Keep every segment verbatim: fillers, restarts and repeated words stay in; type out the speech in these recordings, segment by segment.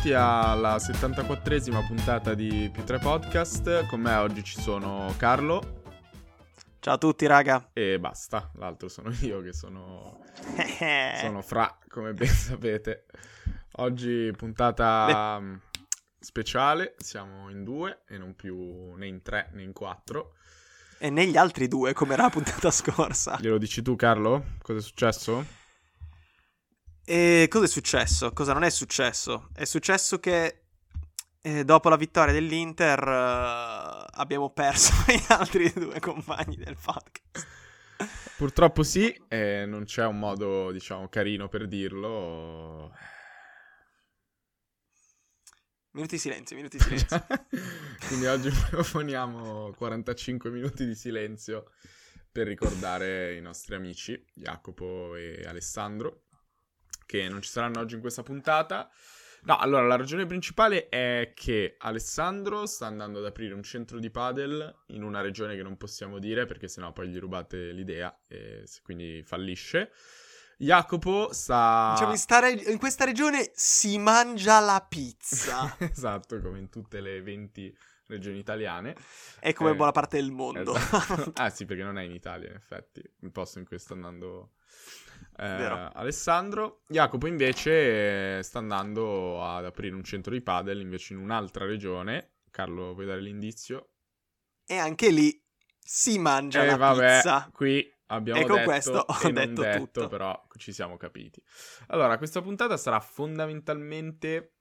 benvenuti alla settantaquattresima puntata di Più tre Podcast. Con me oggi ci sono Carlo. Ciao a tutti, raga. E basta, l'altro sono io che sono sono Fra, come ben sapete. Oggi puntata Le... speciale, siamo in due e non più né in tre né in quattro. E negli altri due, come era la puntata scorsa. Glielo dici tu, Carlo? Cosa è successo? E cosa è successo? Cosa non è successo? È successo che eh, dopo la vittoria dell'Inter uh, abbiamo perso gli altri due compagni del podcast. Purtroppo sì, e non c'è un modo, diciamo, carino per dirlo. Minuti di silenzio, minuti di silenzio. Quindi oggi proponiamo quarantacinque minuti di silenzio per ricordare i nostri amici Jacopo e Alessandro, che non ci saranno oggi in questa puntata. No, allora, la ragione principale è che Alessandro sta andando ad aprire un centro di padel in una regione che non possiamo dire, perché sennò poi gli rubate l'idea e quindi fallisce. Jacopo sta... Diciamo, in, stare... in questa regione si mangia la pizza. Esatto, come in tutte le venti regioni italiane. E come eh, buona parte del mondo. Esatto. Ah sì, perché non è in Italia, in effetti. Il posto in cui sta andando eh, Alessandro. Jacopo invece eh, sta andando ad aprire un centro di padel invece in un'altra regione. Carlo, vuoi dare l'indizio? E anche lì si mangia eh, la vabbè, pizza. Qui abbiamo e con detto questo ho e detto non detto, tutto. però ci siamo capiti. Allora, questa puntata sarà fondamentalmente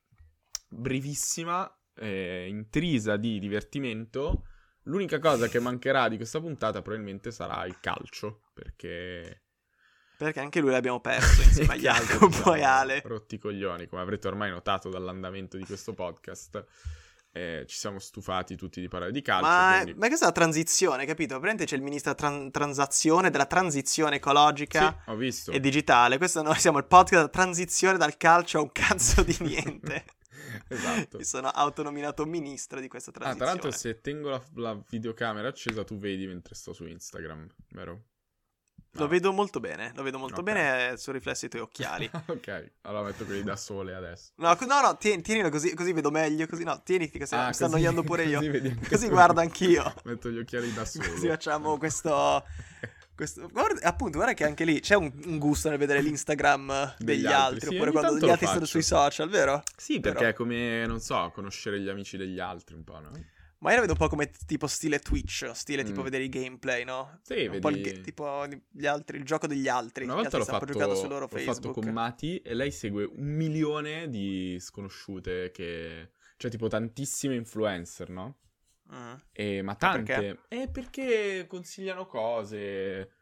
brevissima, eh, intrisa di divertimento. L'unica cosa che mancherà di questa puntata probabilmente sarà il calcio, perché... Perché anche lui l'abbiamo perso insieme agli altri, poi Ale. Rotti i coglioni, come avrete ormai notato dall'andamento di questo podcast. Eh, ci siamo stufati tutti di parlare di calcio. Ma, quindi... ma questa è la transizione, capito? Praticamente c'è il ministro della tran- transazione, della transizione ecologica sì, ho visto. E digitale. Questo noi siamo il podcast della transizione dal calcio a un cazzo di niente. Esatto. Mi sono autonominato ministro di questa transizione. Ah, tra l'altro se tengo la, la videocamera accesa tu vedi mentre sto su Instagram, vero? No. Lo vedo molto bene, lo vedo molto okay. bene sul riflesso dei tuoi occhiali. Ok, allora metto quelli da sole adesso. No, no, no, tieni, tienilo così, così vedo meglio, così no, tieni che se ah, no, mi sto così, annoiando pure io. Così, così guardo anch'io. Metto gli occhiali da sole. Così facciamo questo... questo guarda, appunto, guarda che anche lì c'è un, un gusto nel vedere l'Instagram degli, degli altri, altri sì, oppure quando gli altri stanno sui social, vero? Sì, perché Però... è come, non so, conoscere gli amici degli altri un po', no? Ma io la vedo un po' come tipo stile Twitch, stile mm. tipo vedere i gameplay, no? Sì, un vedi... po' il, tipo gli altri, il gioco degli altri. Una volta l'ho fatto, giocato su loro l'ho Facebook. fatto con Mati e lei segue un milione di sconosciute che... Cioè tipo tantissime influencer, no? Mm. E, ma tante. Perché? Eh, perché consigliano cose...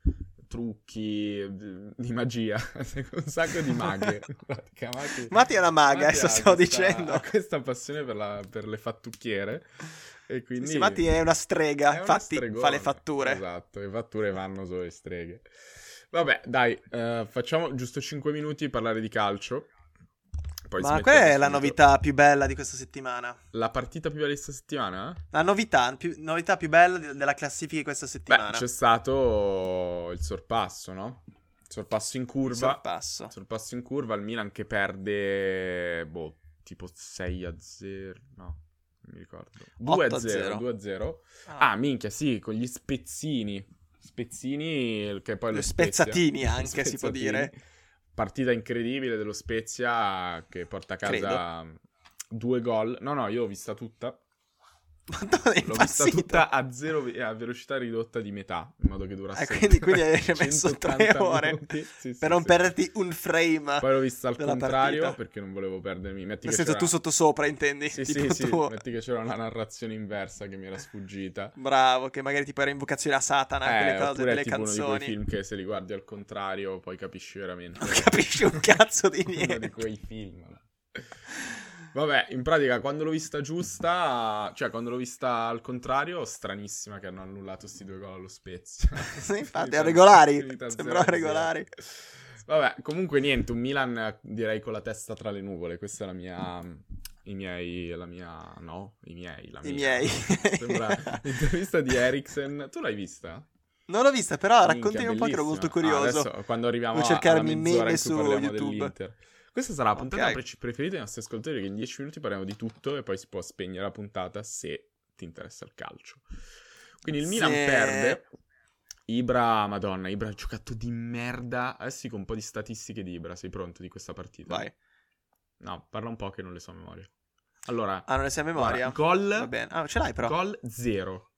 trucchi di magia, un sacco di maghe. Mati, Mati è una maga, adesso stiamo questa, dicendo. Ha questa passione per, la, per le fattucchiere e quindi... Sì, Mati è una strega, è infatti una fa le fatture. Esatto, le fatture vanno solo le streghe. Vabbè, dai, uh, facciamo giusto cinque minuti di parlare di calcio. Poi Ma qual è subito. La novità più bella di questa settimana? La partita più bella di questa settimana? La novità più, novità più bella di, della classifica di questa settimana. Beh, c'è stato il sorpasso, no? Il sorpasso in curva. Il sorpasso. Il sorpasso in curva, il Milan che perde, boh, tipo sei a zero, no, non mi ricordo. due a zero, due a zero. Ah. ah, minchia, sì, con gli spezzini. Spezzini che poi lo spezzatini Spezia. anche, spezzatini. Si può dire. Partita incredibile dello Spezia che porta a casa Credo. due gol. No, no, io l'ho vista tutta. L'ho vista tutta a zero a velocità ridotta di metà, in modo che durasse. Eh, quindi, quindi hai messo tre ore sì, sì, per non sì. perderti un frame. Poi l'ho vista al contrario partita. Perché non volevo perdermi. Metti Nel che senso, tu sotto sopra, intendi? Sì, tipo sì, tu... sì. Metti che c'era una narrazione inversa che mi era sfuggita. Bravo, che magari tipo era invocazione a Satana, eh, quelle cose, delle tipo canzoni. Uno di quei film che se li guardi al contrario poi capisci veramente. Non capisci un cazzo di niente. Uno di quei film. Vabbè, in pratica quando l'ho vista giusta, cioè quando l'ho vista al contrario, stranissima che hanno annullato sti due gol allo Spezia. Sì, infatti, a regolari, sembrava regolari. Vabbè, comunque niente, un Milan direi con la testa tra le nuvole, questa è la mia... I miei, la mia, no, i miei, la mia. I miei. Sembra l'intervista di Eriksen, tu l'hai vista? Non l'ho vista, però raccontami un po' che ero molto curioso. Ah, adesso, quando arriviamo Devo cercarmi alla mezz'ora in cui su parliamo YouTube. dell'Inter. Questa sarà la puntata Ok. pre- preferita dei nostri ascoltatori, che in dieci minuti parliamo di tutto e poi si può spegnere la puntata se ti interessa il calcio. Quindi il Milan Se- perde. Ibra, madonna, Ibra ha giocato di merda. Adesso dico un po' di statistiche di Ibra. Sei pronto di questa partita? Vai. No, parla un po' che non le so a memoria. Allora, Ah, non ne sai a memoria? guarda, gol, Va bene. Ah, ce l'hai però. gol zero.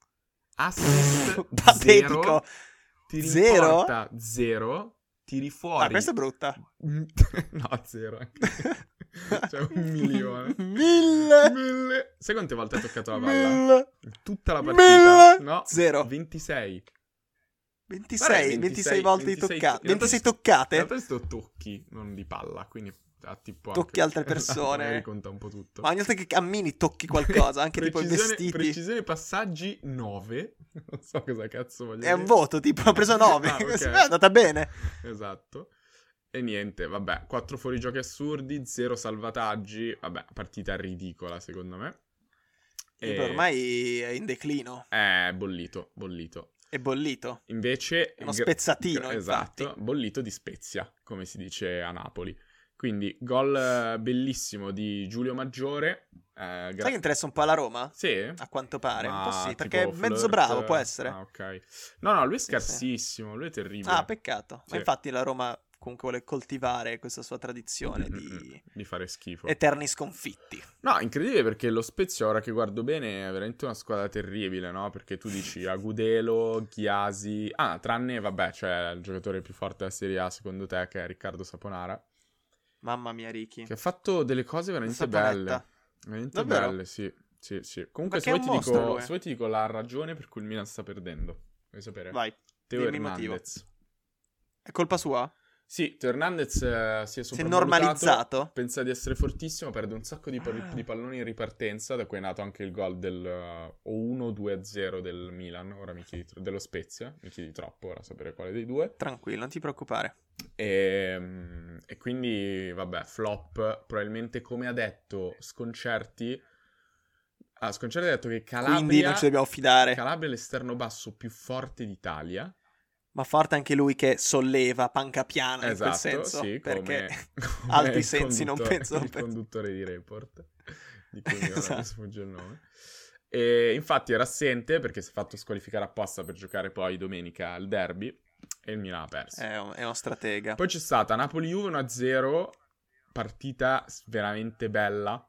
Assist Patetico. zero. Tiri in Zero? porta zero. Tiri fuori. Ah, questa è brutta. No, zero anche. Cioè un milione. Mille. Mille. Sai quante volte ha toccato la palla? Mille. Tutta la partita? Mille. No. Zero. ventisei. ventisei, Vabbè, ventisei, ventisei volte di ventisei toccate. in realtà ventisei si- toccate? In realtà sto tocchi, non di palla, quindi ha tipo Tocchi anche- altre persone. Magari conta un po' tutto. Ma ogni volta che cammini tocchi qualcosa, anche tipo i Precisione- vestiti. Precisione passaggi nove. Non so cosa cazzo voglio È un dire. voto, tipo, ha preso nove. Ah, ok. È andata bene. Esatto. E niente, vabbè, quattro fuorigiochi assurdi, zero salvataggi. Vabbè, partita ridicola secondo me. E E- ormai è in declino. È bollito, bollito. È bollito. Invece... È uno gra- spezzatino, gra- Esatto, infatti. bollito di Spezia, come si dice a Napoli. Quindi, gol eh, bellissimo di Giulio Maggiore. eh, gra- Sai che interessa un po' alla Roma? Sì? A quanto pare. Ma un po' sì, tipo perché è mezzo flirt, bravo, può essere. Ah, ok. No, no, lui è Sì, sì. scarsissimo, lui è terribile. Ah, peccato. Sì. Ma infatti la Roma comunque vuole coltivare questa sua tradizione Mm, mm, di mm, di fare schifo. eterni sconfitti. No, incredibile perché lo Spezia, ora che guardo bene, è veramente una squadra terribile, no? Perché tu dici Agudelo, Chiasi... Ah, tranne, vabbè, c'è il giocatore più forte della Serie A, secondo te, che è Riccardo Saponara, Mamma mia, Ricky. che ha fatto delle cose veramente Saponetta. belle. Veramente Davvero? belle, sì. Sì, sì. Comunque, Ma se che vuoi, è ti un mostro dico, lui. se vuoi ti dico la ragione per cui il Milan sta perdendo. Vuoi sapere? Vai, Teo dimmi il motivo. Hernandez. È colpa sua? Sì, Teo Hernandez eh, si è Si è sopravvalutato, normalizzato? pensa di essere fortissimo, perde un sacco di, pal- Ah. di palloni in ripartenza, da cui è nato anche il gol del uh, o uno due a zero del Milan, ora mi chiedi tro- dello Spezia, mi chiedi troppo ora sapere quale dei due. Tranquillo, non ti preoccupare. E, mm, e quindi, vabbè, flop, probabilmente come ha detto Sconcerti, ah, Sconcerti ha detto che Calabria, Quindi non ci dobbiamo fidare. Calabria è l'esterno basso più forte d'Italia. Ma forte anche lui che solleva panca piana in quel Esatto, senso. sì, perché come, come altri il sensi non conduttore- penso. non il penso. conduttore di Report, di cui mi ora Esatto. mi sfugge il nome. E infatti era assente perché si è fatto squalificare apposta per giocare poi domenica al derby e il Milan ha perso. È, un- è uno stratega. Poi c'è stata Napoli-Juve uno a zero, partita veramente bella.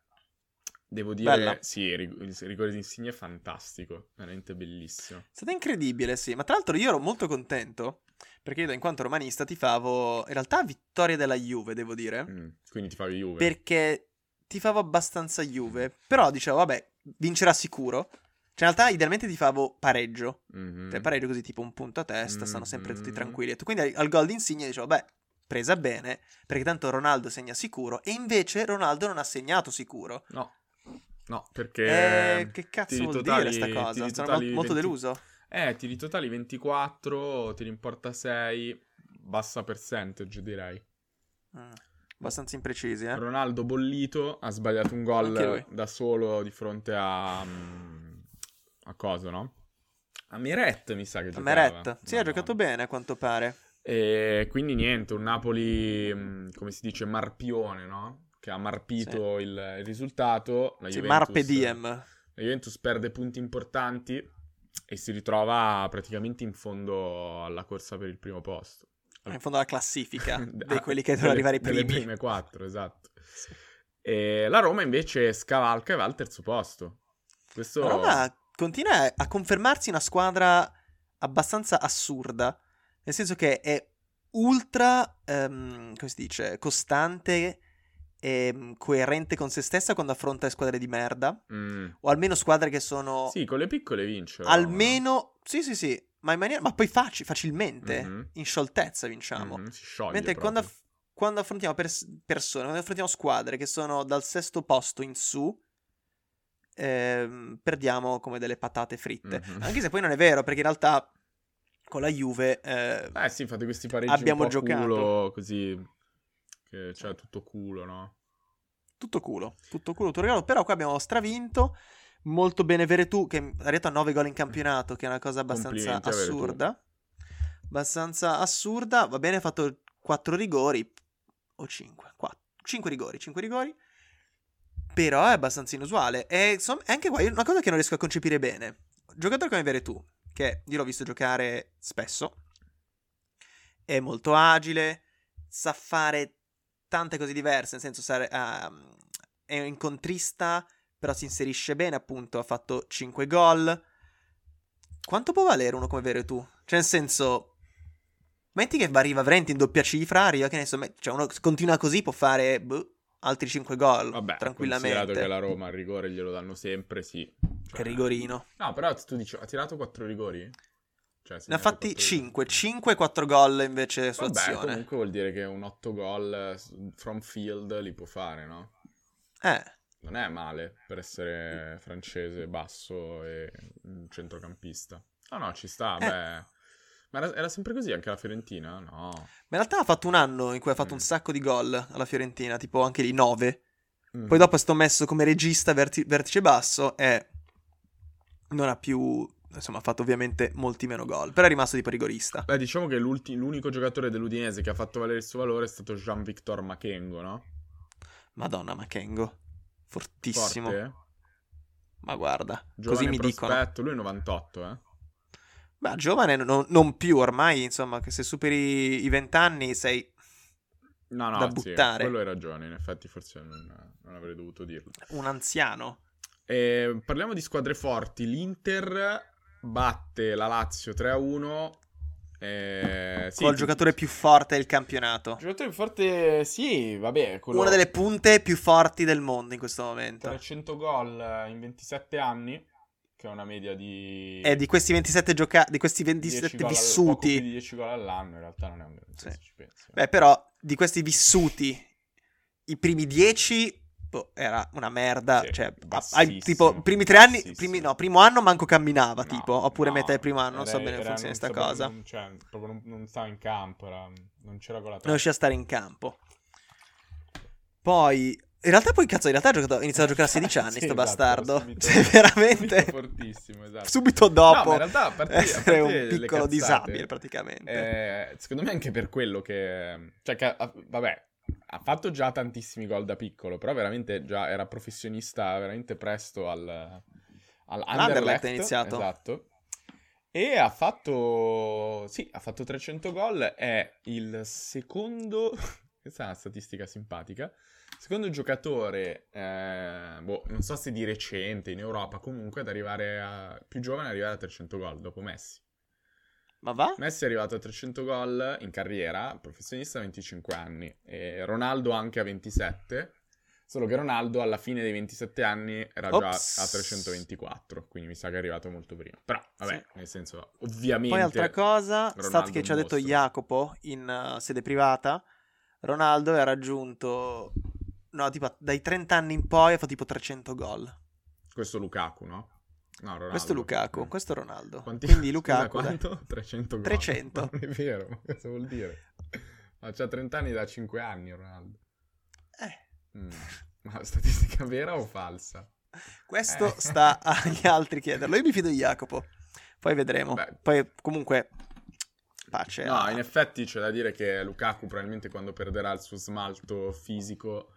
Devo dire, Bella. sì, il rig- il rigore di Insigne è fantastico, veramente bellissimo. È stato incredibile, sì. Ma tra l'altro io ero molto contento. Perché io, in quanto romanista, tifavo. In realtà, vittoria della Juve, devo dire. Mm, quindi ti favi Juve. Perché tifavo abbastanza Juve. Però dicevo, vabbè, vincerà sicuro. Cioè, in realtà, idealmente tifavo pareggio. Mhm. Cioè, pareggio così, tipo un punto a testa, stanno sempre tutti Mhm. tranquilli. Quindi al, al gol di Insigne dicevo, beh, presa bene, perché tanto Ronaldo segna sicuro. E invece Ronaldo non ha segnato sicuro. No, no, perché... Eh, che cazzo tiri vuol totali- dire sta cosa? tiri Sono totali mol- molto venti deluso. Eh, tiri totali ventiquattro, tiri in porta sei, bassa percentage direi. Mm, abbastanza imprecisi, eh. Ronaldo bollito, ha sbagliato un Anche lui. gol da solo di fronte a... mm, a cosa, no? A Meret mi sa che giocava. Meret. Sì, ha Madonna. giocato bene, a quanto pare. E quindi niente, un Napoli, mm, come si dice, marpione, no? Che ha marpito il, il risultato. La Sì, Juventus, Marpe Diem. la Juventus perde punti importanti e si ritrova praticamente in fondo alla corsa per il primo posto. In fondo alla classifica Ah, di quelli che devono delle- arrivare i delle primi. prime quattro, esatto. E la Roma invece scavalca e va al terzo posto. Questo... La Roma continua a confermarsi una squadra abbastanza assurda, nel senso che è ultra, ehm, come si dice, costante e coerente con se stessa quando affronta le squadre di merda, Mm. o almeno squadre che sono Sì, con le piccole vince. la Roma. almeno, sì sì sì, ma in maniera, ma poi faci, facilmente, Mhm. in scioltezza vinciamo. Mhm, si scioglie Mentre quando, proprio. aff- quando affrontiamo pers- persone, quando affrontiamo squadre che sono dal sesto posto in su, ehm, perdiamo come delle patate fritte. Mhm. Anche se poi non è vero, perché in realtà con la Juve eh, Eh sì, fate questi pareggi abbiamo un po' giocato. culo, così, che c'è tutto culo, no? tutto culo, tutto culo, tutto regalo. Però qua abbiamo stravinto. Molto bene Veretù, che è arrivato a nove gol in campionato, che è una cosa abbastanza Complimenti a Veretù. assurda. Abbastanza assurda. Va bene, ha fatto quattro rigori. O cinque, quattro. cinque rigori, cinque rigori. Però è abbastanza inusuale. E insomma, è anche qua una cosa che non riesco a concepire bene. Giocatore come Veretù, che io l'ho visto giocare spesso, è molto agile, sa fare tante cose diverse, nel senso sare, uh, è un incontrista, però si inserisce bene, appunto, ha fatto cinque gol. Quanto può valere uno come Veretù? Cioè, nel senso, metti che arriva veramente in doppia cifra, arriva, che ne so, cioè uno continua così, può fare boh, altri cinque gol, vabbè, tranquillamente. Considerato che la Roma al rigore glielo danno sempre, sì. Cioè, che rigorino. No, però tu dici, ha tirato quattro rigori? Cioè, ne ha fatti cinque, cinque e quattro gol invece su vabbè, azione. Comunque vuol dire che un otto gol from field li può fare, no? Eh. Non è male per essere francese, basso e un centrocampista. No, no, ci sta, eh. beh... Ma era, era sempre così anche la Fiorentina? No. Ma in realtà ha fatto un anno in cui ha fatto mm. un sacco di gol alla Fiorentina, tipo anche lì nove. Mm. Poi dopo è stato messo come regista verti- vertice basso e non ha più... Insomma, ha fatto ovviamente molti meno gol, però è rimasto tipo rigorista. Beh, diciamo che l'unico giocatore dell'Udinese che ha fatto valere il suo valore è stato Jean-Victor Makengo, no? Madonna, Makengo. Fortissimo. Forte? Ma guarda, giovane così mi prospetto. dicono. Lui è novantotto, eh? Beh, giovane no, non più ormai, insomma, che se superi i vent'anni sei no, no, da buttare. Sì, quello hai ragione, in effetti forse non, non avrei dovuto dirlo. Un anziano. E parliamo di squadre forti. L'Inter batte la Lazio tre a uno. Eh, sì, Col giocatore più forte del campionato. Il giocatore più forte, sì, vabbè. Quello... Una delle punte più forti del mondo in questo momento. trecento gol in ventisette anni. Che è una media di... E di questi ventisette gioca... di questi ventisette vissuti... Poco più di dieci gol all'anno, in realtà non è un... Sì. Ci pensi, Beh, però, di questi vissuti, i primi dieci... Boh, era una merda. Sì, cioè, hai, tipo, i primi tre anni... Primi, no, primo anno manco camminava, no, tipo. Oppure no, metà del primo anno, non so bene come funziona questa cosa. Non, cioè, proprio non, non stava in campo, era, non c'era con la testa. Non riusciva a stare in campo. Poi... In realtà poi, cazzo, in realtà ha, giocato, ha iniziato a giocare a sedici anni, sì, sto esatto, bastardo. Subito, cioè, veramente... Subito fortissimo, esatto. Subito dopo. No, ma in realtà, a parte, essere a parte un piccolo cazzate, disabile, praticamente. Eh, secondo me anche per quello che... Cioè, che, vabbè, ha fatto già tantissimi gol da piccolo, però veramente già era professionista veramente presto al... All'Anderlecht ha iniziato. Esatto. E ha fatto... Sì, ha fatto trecento gol, è il secondo... Questa è una statistica simpatica. Secondo giocatore, eh, boh, non so se di recente, in Europa, comunque ad arrivare a... più giovane, arrivare a trecento gol, dopo Messi. Ma va? Messi è arrivato a trecento gol in carriera, professionista a venticinque anni, e Ronaldo anche a ventisette, solo che Ronaldo alla fine dei ventisette anni era già Ops. a trecentoventiquattro, quindi mi sa che è arrivato molto prima. Però, vabbè, sì. Nel senso, ovviamente... Poi altra cosa, stat che ci ha detto Jacopo in uh, sede privata, Ronaldo aveva raggiunto... No, tipo dai trenta anni in poi ha fatto tipo trecento gol. Questo Lukaku, no? No, Ronaldo. Questo è Lukaku, questo è Ronaldo. Quanti... Quindi Lukaku... Scusa, quanto? trecento gol. trecento. Non è vero, ma cosa vuol dire? Ma c'ha trenta anni da cinque anni Ronaldo. Eh. Mm. Ma statistica vera o falsa? Questo eh. sta agli altri chiederlo. Io mi fido di Jacopo. Poi vedremo. Beh. Poi comunque... Pace. No, a... in effetti c'è da dire che Lukaku probabilmente quando perderà il suo smalto fisico...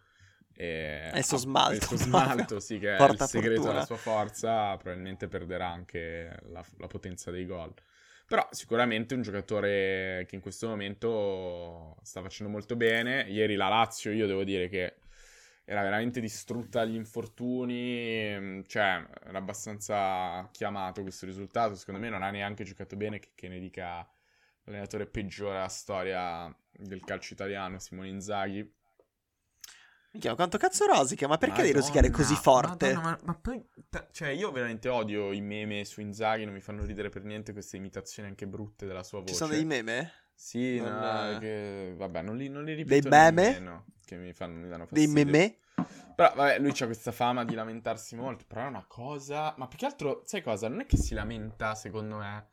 E il suo smalto, il suo smalto sì, che è il segreto fortuna. della sua forza, probabilmente perderà anche la, la potenza dei gol. Però sicuramente un giocatore che in questo momento sta facendo molto bene. Ieri la Lazio, io devo dire che era veramente distrutta dagli infortuni, cioè era abbastanza chiamato questo risultato. Secondo me non ha neanche giocato bene, che, che ne dica l'allenatore peggiore della storia del calcio italiano, Simone Inzaghi. Minchia, ma quanto cazzo rosica? Ma perché Madonna, devi rosicare così forte? Madonna, ma, ma poi, cioè, io veramente odio i meme su Inzaghi, non mi fanno ridere per niente queste imitazioni anche brutte della sua voce. Ci sono dei meme? Sì, non... no, che, vabbè, non li, non li ripeto. Dei meme? Nemmeno, che mi, fanno, mi danno fastidio. Dei meme? Però, vabbè, lui c'ha questa fama di lamentarsi molto, però è una cosa... Ma più che altro, sai cosa? Non è che si lamenta, secondo me,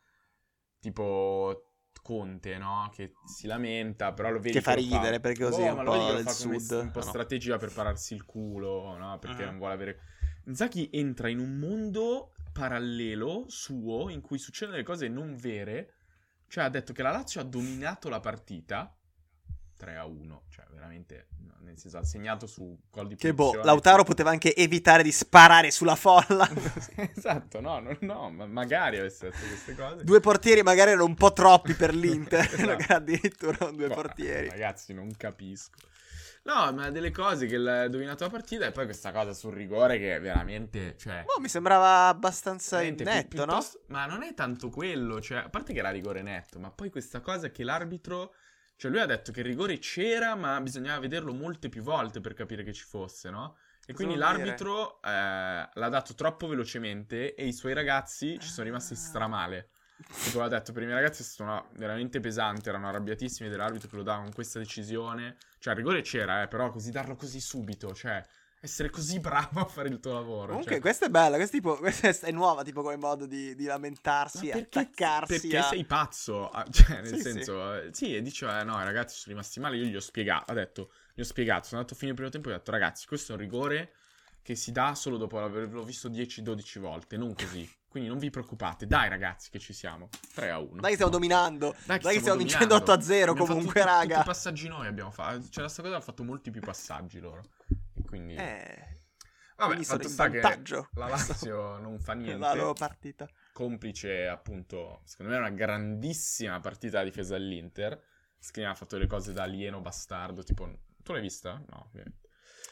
tipo... Conte, no? Che si lamenta, però lo vedi che fa che ridere, fa... perché così boh, è un po' del fa sud. un po' no, strategia per pararsi il culo, no? Perché uh-huh. non vuole avere... Inzaghi entra in un mondo parallelo suo, in cui succedono delle cose non vere. Cioè ha detto che la Lazio ha dominato la partita, tre a uno, cioè veramente, no, nel senso, ha segnato su gol di Che punizione. boh, Lautaro poteva anche evitare di sparare sulla folla. Esatto, no, no, no, ma magari avesse detto queste cose. Due portieri magari erano un po' troppi per l'Inter, Esatto. addirittura due Boh, portieri. Ragazzi, non capisco. No, ma delle cose che ha dominato la partita e poi questa cosa sul rigore che veramente, cioè... Boh, mi sembrava abbastanza veramente pi- netto, no? piuttosto- Ma non è tanto quello, cioè, a parte che era rigore netto, ma poi questa cosa che l'arbitro... Cioè lui ha detto che il rigore c'era, ma bisognava vederlo molte più volte per capire che ci fosse, no? E Cosa quindi vuol dire? l'arbitro eh, l'ha dato troppo velocemente e i suoi ragazzi ci sono rimasti Ah. stramale. Tipo l'ha detto, per i miei ragazzi è stato una- veramente pesante, erano arrabbiatissimi dell'arbitro che lo dava con questa decisione. Cioè il rigore c'era, eh, però così darlo così subito, cioè essere così bravo a fare il tuo lavoro. Comunque cioè. questa è bella, questa, tipo, questa è nuova tipo come modo di, di lamentarsi, Ma perché, attaccarsi perché a... sei pazzo, ah, cioè nel Sì, senso, eh, sì, e dice, eh, no, i ragazzi sono rimasti male, io gli ho spiegato, ha detto, gli ho spiegato, sono andato a fine il primo tempo e ho detto, ragazzi, questo è un rigore che si dà solo dopo averlo visto dieci dodici volte, non così, quindi non vi preoccupate, dai ragazzi che ci siamo, tre a uno. Dai che stiamo dominando, dai che stiamo, vincendo dominando. otto a zero Abbiamo comunque, fatto tutti, raga. tutti i passaggi noi abbiamo fatto, cioè la sta cosa ha fatto molti più passaggi loro, e quindi... Eh, Vabbè, quindi sono fatto in sta che vantaggio. la Lazio non fa niente. La loro partita. Complice, appunto, secondo me è una grandissima partita a difesa dell'Inter. Skriniar ha fatto le cose da alieno bastardo, tipo... Tu l'hai vista? No, ovviamente.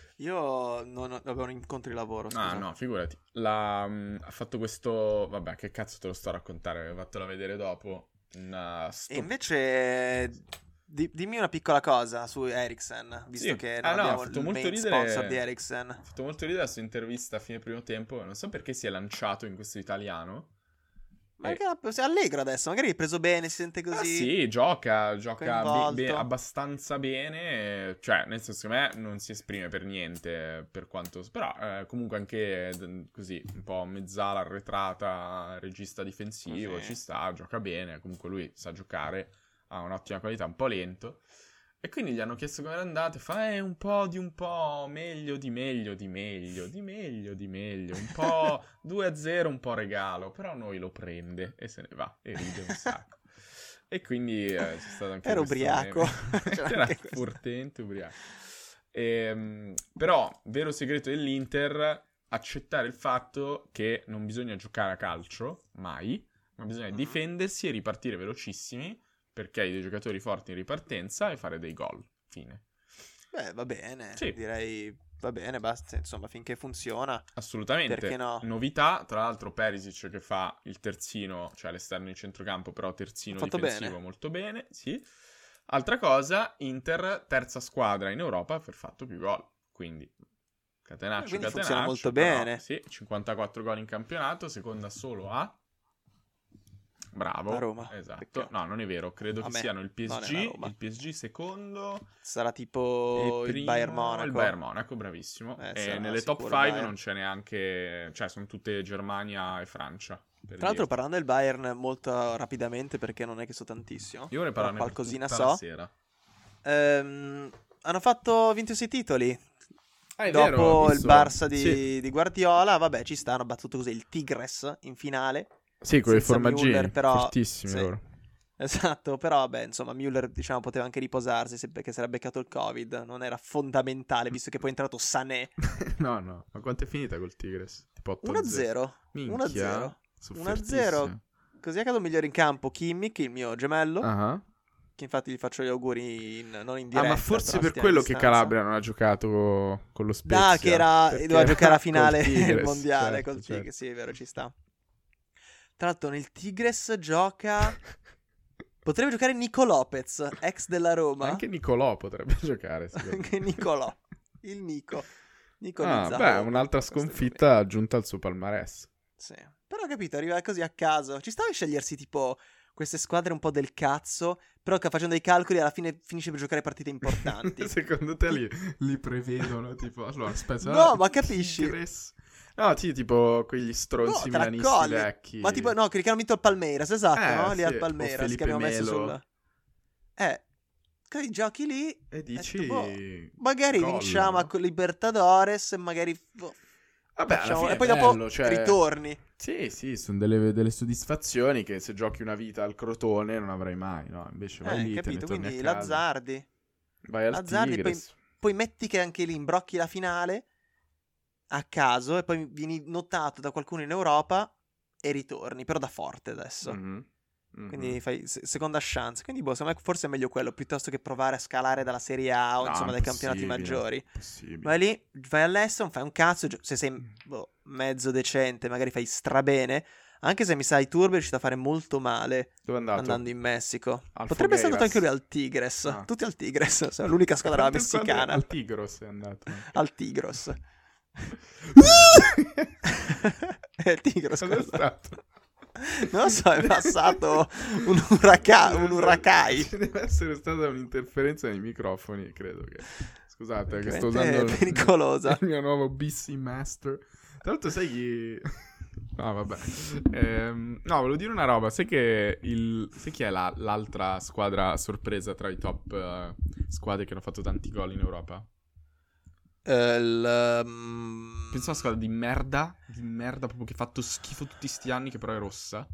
Io non ho- avevo un incontro di lavoro, scusa. Ah, no, figurati. La, mh, ha fatto questo... Vabbè, che cazzo te lo sto a raccontare? Fatela vedere dopo. Una E sto- invece di- dimmi una piccola cosa su Eriksen, visto Sì. che Ah, non no, ha abbiamo fatto il molto main ridere- sponsor di Eriksen. Ha fatto molto ridere la sua intervista a fine primo tempo. Non so perché si è lanciato in questo italiano. Ma Eh. anche sei allegro adesso, magari è preso bene, si sente così. Ah, sì, gioca, gioca be- coinvolto. be- abbastanza bene, cioè nel senso che a me non si esprime per niente, per quanto, però eh, comunque anche d- così, un po' mezzala arretrata, regista difensivo, Sì. ci sta, gioca bene, comunque lui sa giocare, ha un'ottima qualità, un po' lento. E quindi gli hanno chiesto come era andata, e fa eh, un po' di un po' meglio, di meglio, di meglio, di meglio, di meglio, un po' due a zero, un po' regalo, però noi lo prende e se ne va e ride un sacco. E quindi eh, c'è stato anche Era questo ubriaco. meme. C'era Era anche questo. fortemente ubriaco. Ehm, però, vero segreto dell'Inter, accettare il fatto che non bisogna giocare a calcio, mai, ma bisogna Mhm. difendersi e ripartire velocissimi, perché hai dei giocatori forti in ripartenza e fare dei gol. Fine. Beh, va bene, Sì. direi va bene, basta, insomma, finché funziona. Assolutamente. Perché no? Novità, tra l'altro Perisic che fa il terzino, cioè l'esterno di centrocampo, però terzino Ha fatto difensivo bene. molto bene, sì. Altra cosa, Inter terza squadra in Europa per fatto più gol, quindi catenaccio, Eh, quindi catenaccio. funziona molto però, bene. Sì, cinquantaquattro gol in campionato, seconda solo a... Bravo. A Roma. Esatto. Peccato. No, non è vero, credo A che me. siano il P S Non è G, la Roma. il P S G secondo... Sarà tipo E il primo Bayern Monaco. Il Bayern Monaco, bravissimo. Eh, e sarà nelle top sicuro il cinque Bayern. non c'è neanche... Cioè, sono tutte Germania e Francia. per Tra l'altro dirti. parlando del Bayern molto rapidamente perché non è che so tantissimo. Io vorrei però parlarne per qualcosina tutta so. la sera. Ehm, hanno fatto vinto sei titoli. Ah, è Dopo vero, ho il visto. Barça di, Sì, di Guardiola, vabbè, ci stanno, ha battuto così il Tigres in finale. sì, con i senza formaggini, Müller, però- fortissimi sì. loro. Esatto, però vabbè, insomma, Müller diciamo poteva anche riposarsi se- perché si era beccato il Covid, non era fondamentale visto che poi è entrato Sané. No, no, ma quanto è finita col Tigres? Tipo otto uno a zero. Minchia, uno a zero. sono uno a fortissimi. zero. Così è caduto migliore in campo Kimmich, il mio gemello, Ah. che infatti gli faccio gli auguri in- non in Ah, diretta. ma forse però per stiamo a quello che distanza. Calabria non ha giocato con lo Spezia. Da, che era, perché doveva era giocare a col finale Tigres, mondiale certo, col certo. Tigres, sì, è vero, ci sta. Tra l'altro nel Tigres gioca... Potrebbe giocare Nico Lopez, ex della Roma. Anche Nicolò potrebbe giocare. secondo me. Anche Nicolò, il Nico. Nico Ah, Nizza. beh, un'altra Questo è sconfitta aggiunta al suo palmarès. Sì. Però ho capito, arriva così a caso. Ci stava a scegliersi tipo queste squadre un po' del cazzo, però che facendo dei calcoli alla fine finisce per giocare partite importanti. Secondo te li, li prevedono? Tipo, allora, aspetta. No, ah, ma capisci? Tigres. No, sì, tipo quegli stronzi No, te la milanisti colli. vecchi. Ma tipo, no, quelli che hanno vinto il Palmeiras, esatto, Eh, no? Lì sì, al o Palmeiras, che Felipe abbiamo messo Melo. sul... Eh, così giochi lì, E dici... detto, boh, magari collo, vinciamo no? a Libertadores e magari... boh, Vabbè, alla facciamo- fine E poi è dopo bello, cioè- ritorni. Sì, sì, sono delle, delle soddisfazioni che se giochi una vita al Crotone non avrai mai, no? Invece vai Eh, lì, te ne capito, torni quindi a casa. Lazzardi. Vai al azzardi, poi, Tigres. poi metti che anche lì imbrocchi la finale a caso e poi vieni notato da qualcuno in Europa e ritorni, però da forte adesso. Mhm, mhm. Quindi fai se- seconda chance. Quindi boh, secondo me forse è meglio quello piuttosto che provare a scalare dalla Serie A o No, insomma dai campionati impossibile, maggiori. impossibile. Vai lì, vai all'estero, fai un cazzo, gio- se sei boh, mezzo decente, magari fai strabene, anche se mi sa i Turbo è riuscito a fare molto male Dove è andato? andando in Messico. Al Potrebbe essere andato Fogueiras. anche lui al Tigres, Ah. tutti al Tigres, sono l'unica squadra Quante squadre- messicana. Al Tigros è andato. Al Tigros. È Tigros Cos'è quello. stato? Non lo so, è passato un, uraca- un uracai. Ci deve essere stata un'interferenza nei microfoni, credo che... Scusate, che sto Veramente usando il- pericolosa. il mio nuovo B C Master. Tra l'altro sai chi... No, vabbè. Ehm, no, volevo dire una roba. Sai che il... Sai chi è la- l'altra squadra sorpresa tra i top eh, squadre che hanno fatto tanti gol in Europa? Eh, il, um, Penso a una squadra di merda, di merda proprio che ha fatto schifo tutti sti anni, che però è rossa.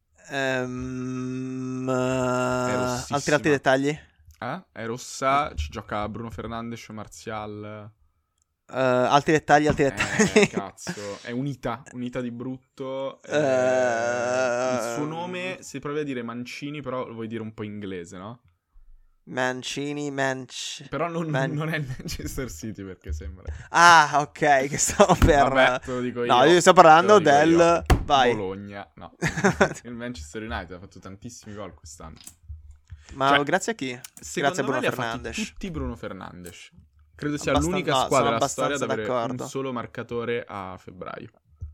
ehm, È uh, rossissima. altri altri dettagli? Eh? È rossa, ci gioca Bruno Fernandes, Martial. Uh, altri dettagli, altri dettagli. Eh, cazzo, è unita, unita di brutto. eh, Eh, il suo nome, se provi a dire Mancini, però lo vuoi dire un po' inglese, no? Mancini, Manch... Però non, Man- non è il Manchester City, perché sembra. Ah, ok, che stavo per... Vabbè, te lo dico io. No, io sto parlando te lo dico del... io. Vai. Bologna, no. Il Manchester United ha fatto tantissimi gol quest'anno. Ma Cioè, grazie a chi? Secondo Grazie a Bruno me li ha Fernandes. fatti tutti Bruno Fernandes. Credo sia Abbastan- l'unica no, squadra sono della storia ad abbastanza avere d'accordo. un solo marcatore a febbraio.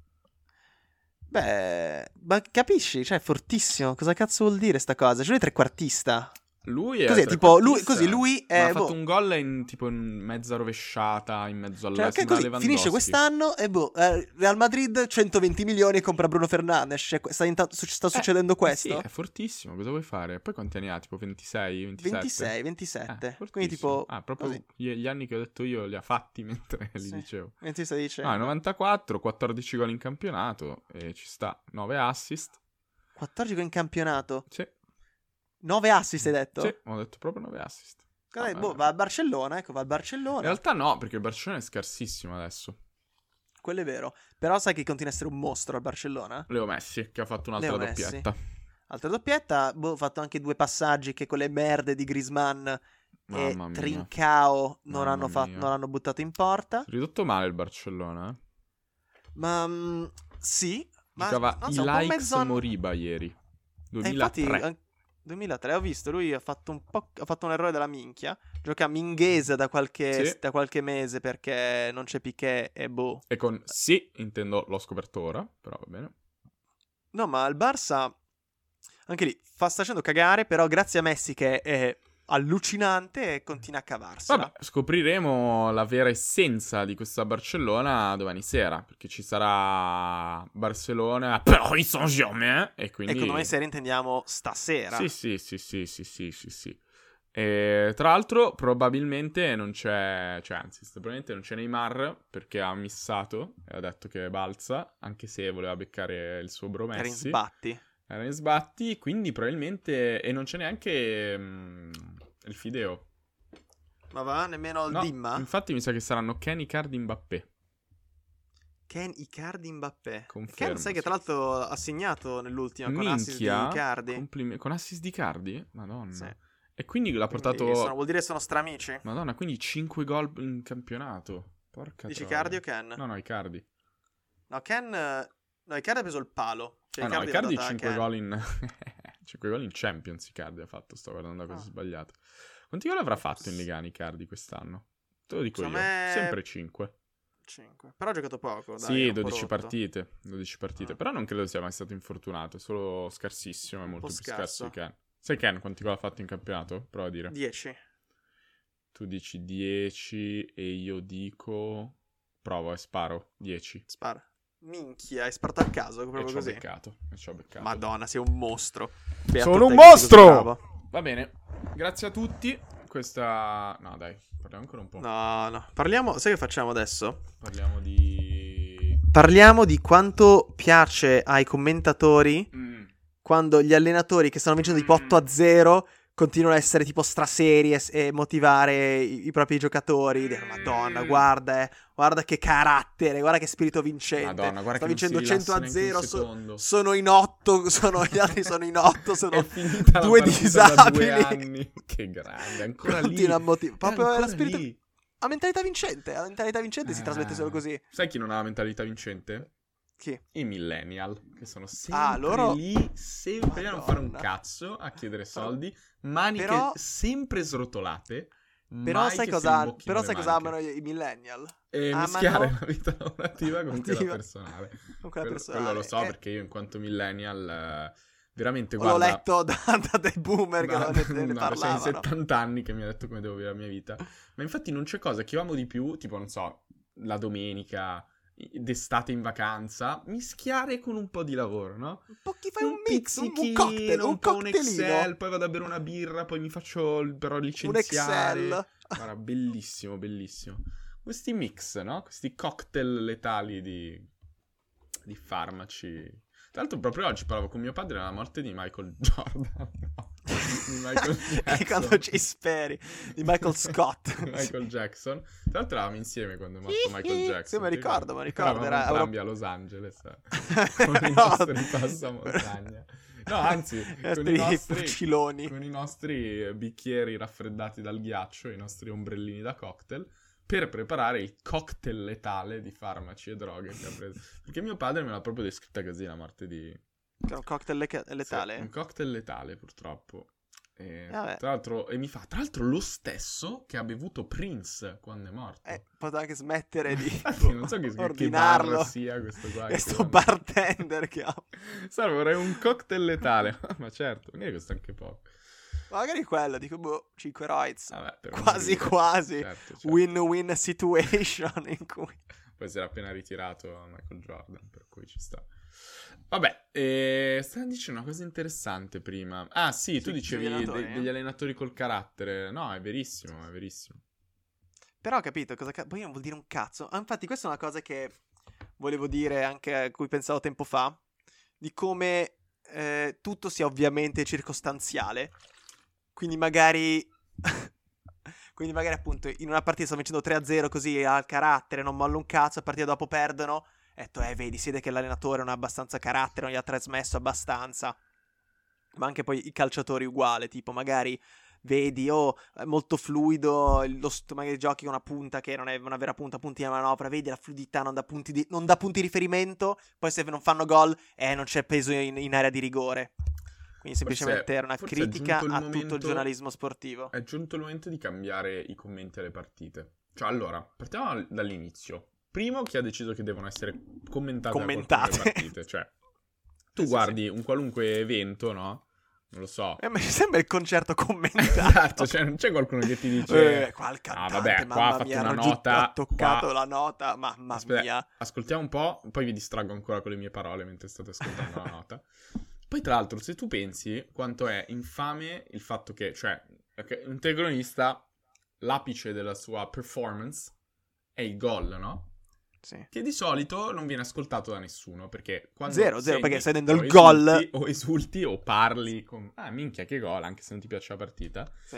Beh, ma capisci? Cioè, è fortissimo. Cosa cazzo vuol dire sta cosa? Cioè, lui è trequartista. Lui è Cos'è? Tipo, lui, trequartista, così, lui ma è... ha fatto boh. un gol in tipo in mezza rovesciata, in mezzo alla Cioè, ok, sembra così, Lewandowski. finisce quest'anno e boh, eh, Real Madrid centoventi milioni e compra Bruno Fernandes. Cioè, sta, inta- su- sta succedendo Eh, questo? Sì, è fortissimo, cosa vuoi fare? Poi quanti anni ha? Tipo ventisei, ventisette? ventisei, Eh, ventisette. fortissimo. Quindi tipo... Ah, proprio così. gli, gli anni che ho detto io li ha fatti mentre li Sì. dicevo. ventisei dice... Ah, novantaquattro, quattordici gol in campionato e ci sta, nove assist. quattordici in campionato. Sì, nove assist hai detto? sì, ho detto proprio nove assist. Cos'è? Ah, boh, vabbè. va al Barcellona, ecco, va al Barcellona. In realtà no, perché il Barcellona è scarsissimo adesso. Quello è vero. Però sai che continua a essere un mostro al Barcellona? Leo Messi, che ha fatto un'altra Leo Messi. doppietta. Altra doppietta, boh, ho fatto anche due passaggi che quelle merde di Griezmann e Mamma mia. Trincao non Mamma hanno, fatto, mia. non hanno buttato in porta. Si è ridotto male il Barcellona, eh? Ma mm, sì, ma Giocava non so, un po' Ilaix mezzo anno- Moriba ieri. Eh, infatti, duemilatré. an- duemilatré, ho visto, lui ha fatto un po', ha fatto un errore della minchia. Gioca a Minghese da qualche, Sì. da qualche mese perché non c'è Piqué e boh. E con sì, intendo l'ho scoperto ora, però va bene. No, ma il Barça, anche lì, fa, sta facendo cagare, però grazie a Messi che è allucinante e continua a cavarsela. Vabbè, scopriremo la vera essenza di questa Barcellona domani sera, perché ci sarà Barcellona, Paris Saint-Germain, e quindi... E con noi sera intendiamo stasera. Sì, sì, sì, sì, sì, sì, sì, sì. E, tra l'altro, probabilmente non c'è, cioè anzi, probabilmente non c'è Neymar, perché ha missato e ha detto che balza, anche se voleva beccare il suo bro Era in Messi. sbatti. Era in sbatti, quindi probabilmente... E non c'è neanche mm, il Fideo. Ma va, nemmeno il No, Dimma? infatti mi sa che saranno Kenny, Icardi, Mbappé. Ken, Icardi, Mbappé. Confermo, Ken sai che sì. tra l'altro ha segnato nell'ultima con assist di Minchia, Icardi. complime- con assist di Icardi? Madonna. Sì. E quindi l'ha Quindi portato... sono- vuol dire che sono stramici. Madonna, quindi cinque gol in campionato. Porca Dici troia. Icardi o Ken? No, no, Icardi. No, Ken... No, Icardi ha preso il palo. Cioè, Ah no, Icardi, Icardi l'ha data a cinque Ken. gol in... cinque gol in Champions Icardi ha fatto, sto guardando la cosa Ah. sbagliata. Quanti gol avrà fatto in Legani Icardi quest'anno? Te lo dico Secondo io, me- sempre cinque. cinque. Però ha giocato poco, dai. Sì, era un po' dodici rotto. partite, dodici partite, Ah. però non credo sia mai stato infortunato, è solo scarsissimo, è molto po' più scarso di scarso. Ken. Sai Ken quanti gol ha fatto in campionato? Prova a dire. dieci. Tu dici dieci e io dico... Provo e sparo, dieci. Spara. Minchia, hai sparato a caso, E proprio ci ho così. beccato, e ci ho beccato. Madonna, sei un mostro. Beato Sono te un che sei così mostro! bravo. Va bene, grazie a tutti. Questa... No dai, parliamo ancora un po'. No, no. Parliamo, sai che facciamo adesso? Parliamo di... Parliamo di quanto piace ai commentatori Mm. quando gli allenatori che stanno vincendo tipo otto a zero continuano a essere tipo straseri e, e motivare i, i propri giocatori. Dire, Madonna, guarda, eh, guarda che carattere, guarda che spirito vincente. Madonna, guarda sta che vincendo cento a zero. So, sono in otto. Sono, gli altri sono in otto. Sono è finita due la disabili. Da due anni. Che grande, ancora lì. A motiv- proprio la spirito. Lì. La mentalità vincente. La mentalità vincente eh, si trasmette solo così. Sai chi non ha la mentalità vincente? Chi? I millennial, che sono sempre ah, loro... lì, sempre a non fare un cazzo, a chiedere soldi, maniche però... sempre srotolate. Però sai cosa, però sai cosa amano i millennial? E amano... mischiare la vita lavorativa con quella personale. Con quella quello, personale. Quello lo so eh... perché io in quanto millennial eh, veramente L'ho guarda... L'ho letto da, da dei boomer da, che ne, ne da, parlavano. settanta anni che mi ha detto come devo vivere la mia vita. Ma infatti non c'è cosa che io amo di più, tipo non so, la domenica... d'estate in vacanza, mischiare con un po' di lavoro, no? Un po' chi fai un, un mix, un, un cocktail, un, un po' un cocktailino. Excel, poi vado a bere una birra, poi mi faccio però licenziare. Un Excel. Guarda, bellissimo, bellissimo. Questi mix, no? Questi cocktail letali di, di farmaci. Tra l'altro proprio oggi parlavo con mio padre della morte di Michael Jordan, no? Di Michael Jackson. E quando ci speri di Michael Scott. Di Michael Jackson. Tra l'altro eravamo insieme quando è morto Michael Jackson. Sì, mi ricordo, mi ricordo. Eravamo entrambi a Los Angeles con i nostri passamontagna. No, anzi, con i, nostri, con i nostri bicchieri raffreddati dal ghiaccio, i nostri ombrellini da cocktail, per preparare il cocktail letale di farmaci e droghe che ha preso. Perché mio padre me l'ha proprio descritta così la morte di... Che è un cocktail le- letale? Sì, un cocktail letale, purtroppo. E, Vabbè. tra l'altro, e mi fa, tra l'altro, lo stesso che ha bevuto Prince quando è morto. Eh, poteva anche smettere di Infatti, non so che, ordinarlo. Che sia questo qua. Questo bartender che ha. Sai, vorrei un cocktail letale. Ma certo, ne costa anche poco. Magari quello, dico, boh, cinque rights. Vabbè, quasi quasi. Certo, certo. Win-win situation in cui... Poi si era appena ritirato Michael Jordan, per cui ci sta. Vabbè, eh, stavi dicendo una cosa interessante prima. Ah sì, sì tu dicevi allenatori, de- eh? degli allenatori col carattere. No, è verissimo, è verissimo. Però ho capito cosa... Ca- poi non vuol dire un cazzo. Ah, infatti questa è una cosa che volevo dire, anche a cui pensavo tempo fa, di come eh, tutto sia ovviamente circostanziale. Quindi magari... Quindi magari appunto in una partita stanno vincendo tre a zero così al carattere, non mollo un cazzo, a partita dopo perdono. E detto, eh vedi, si vede che l'allenatore non ha abbastanza carattere, non gli ha trasmesso abbastanza. Ma anche poi i calciatori uguale, tipo magari vedi, oh, è molto fluido, lo st- magari giochi con una punta che non è una vera punta, punti di manovra, vedi la fluidità, non dà punti di, non dà punti di riferimento, poi se non fanno gol, eh, non c'è peso in, in area di rigore. Quindi semplicemente forse, era una critica a momento, tutto il giornalismo sportivo. È giunto il momento di cambiare i commenti alle partite. Cioè, allora, partiamo dall'inizio. Primo, chi ha deciso che devono essere commentate, commentate le partite. Cioè, tu sì, guardi sì. un qualunque evento, no? Non lo so. Eh, ma ci sembra il concerto commentato. Esatto, cioè non c'è qualcuno che ti dice... Eh, qua il cantante, ah, vabbè, qua ha fatto mia, una nota... Ha toccato qua... la nota, mamma Aspetta, mia. Ascoltiamo un po', poi vi distraggo ancora con le mie parole mentre state ascoltando la nota. Poi tra l'altro, se tu pensi quanto è infame il fatto che, cioè, un telecronista, l'apice della sua performance è il gol, no? Sì. Che di solito non viene ascoltato da nessuno, perché quando zero, zero, perché stai dando il esulti, gol o esulti o parli con ah minchia che gol, anche se non ti piace la partita. Sì.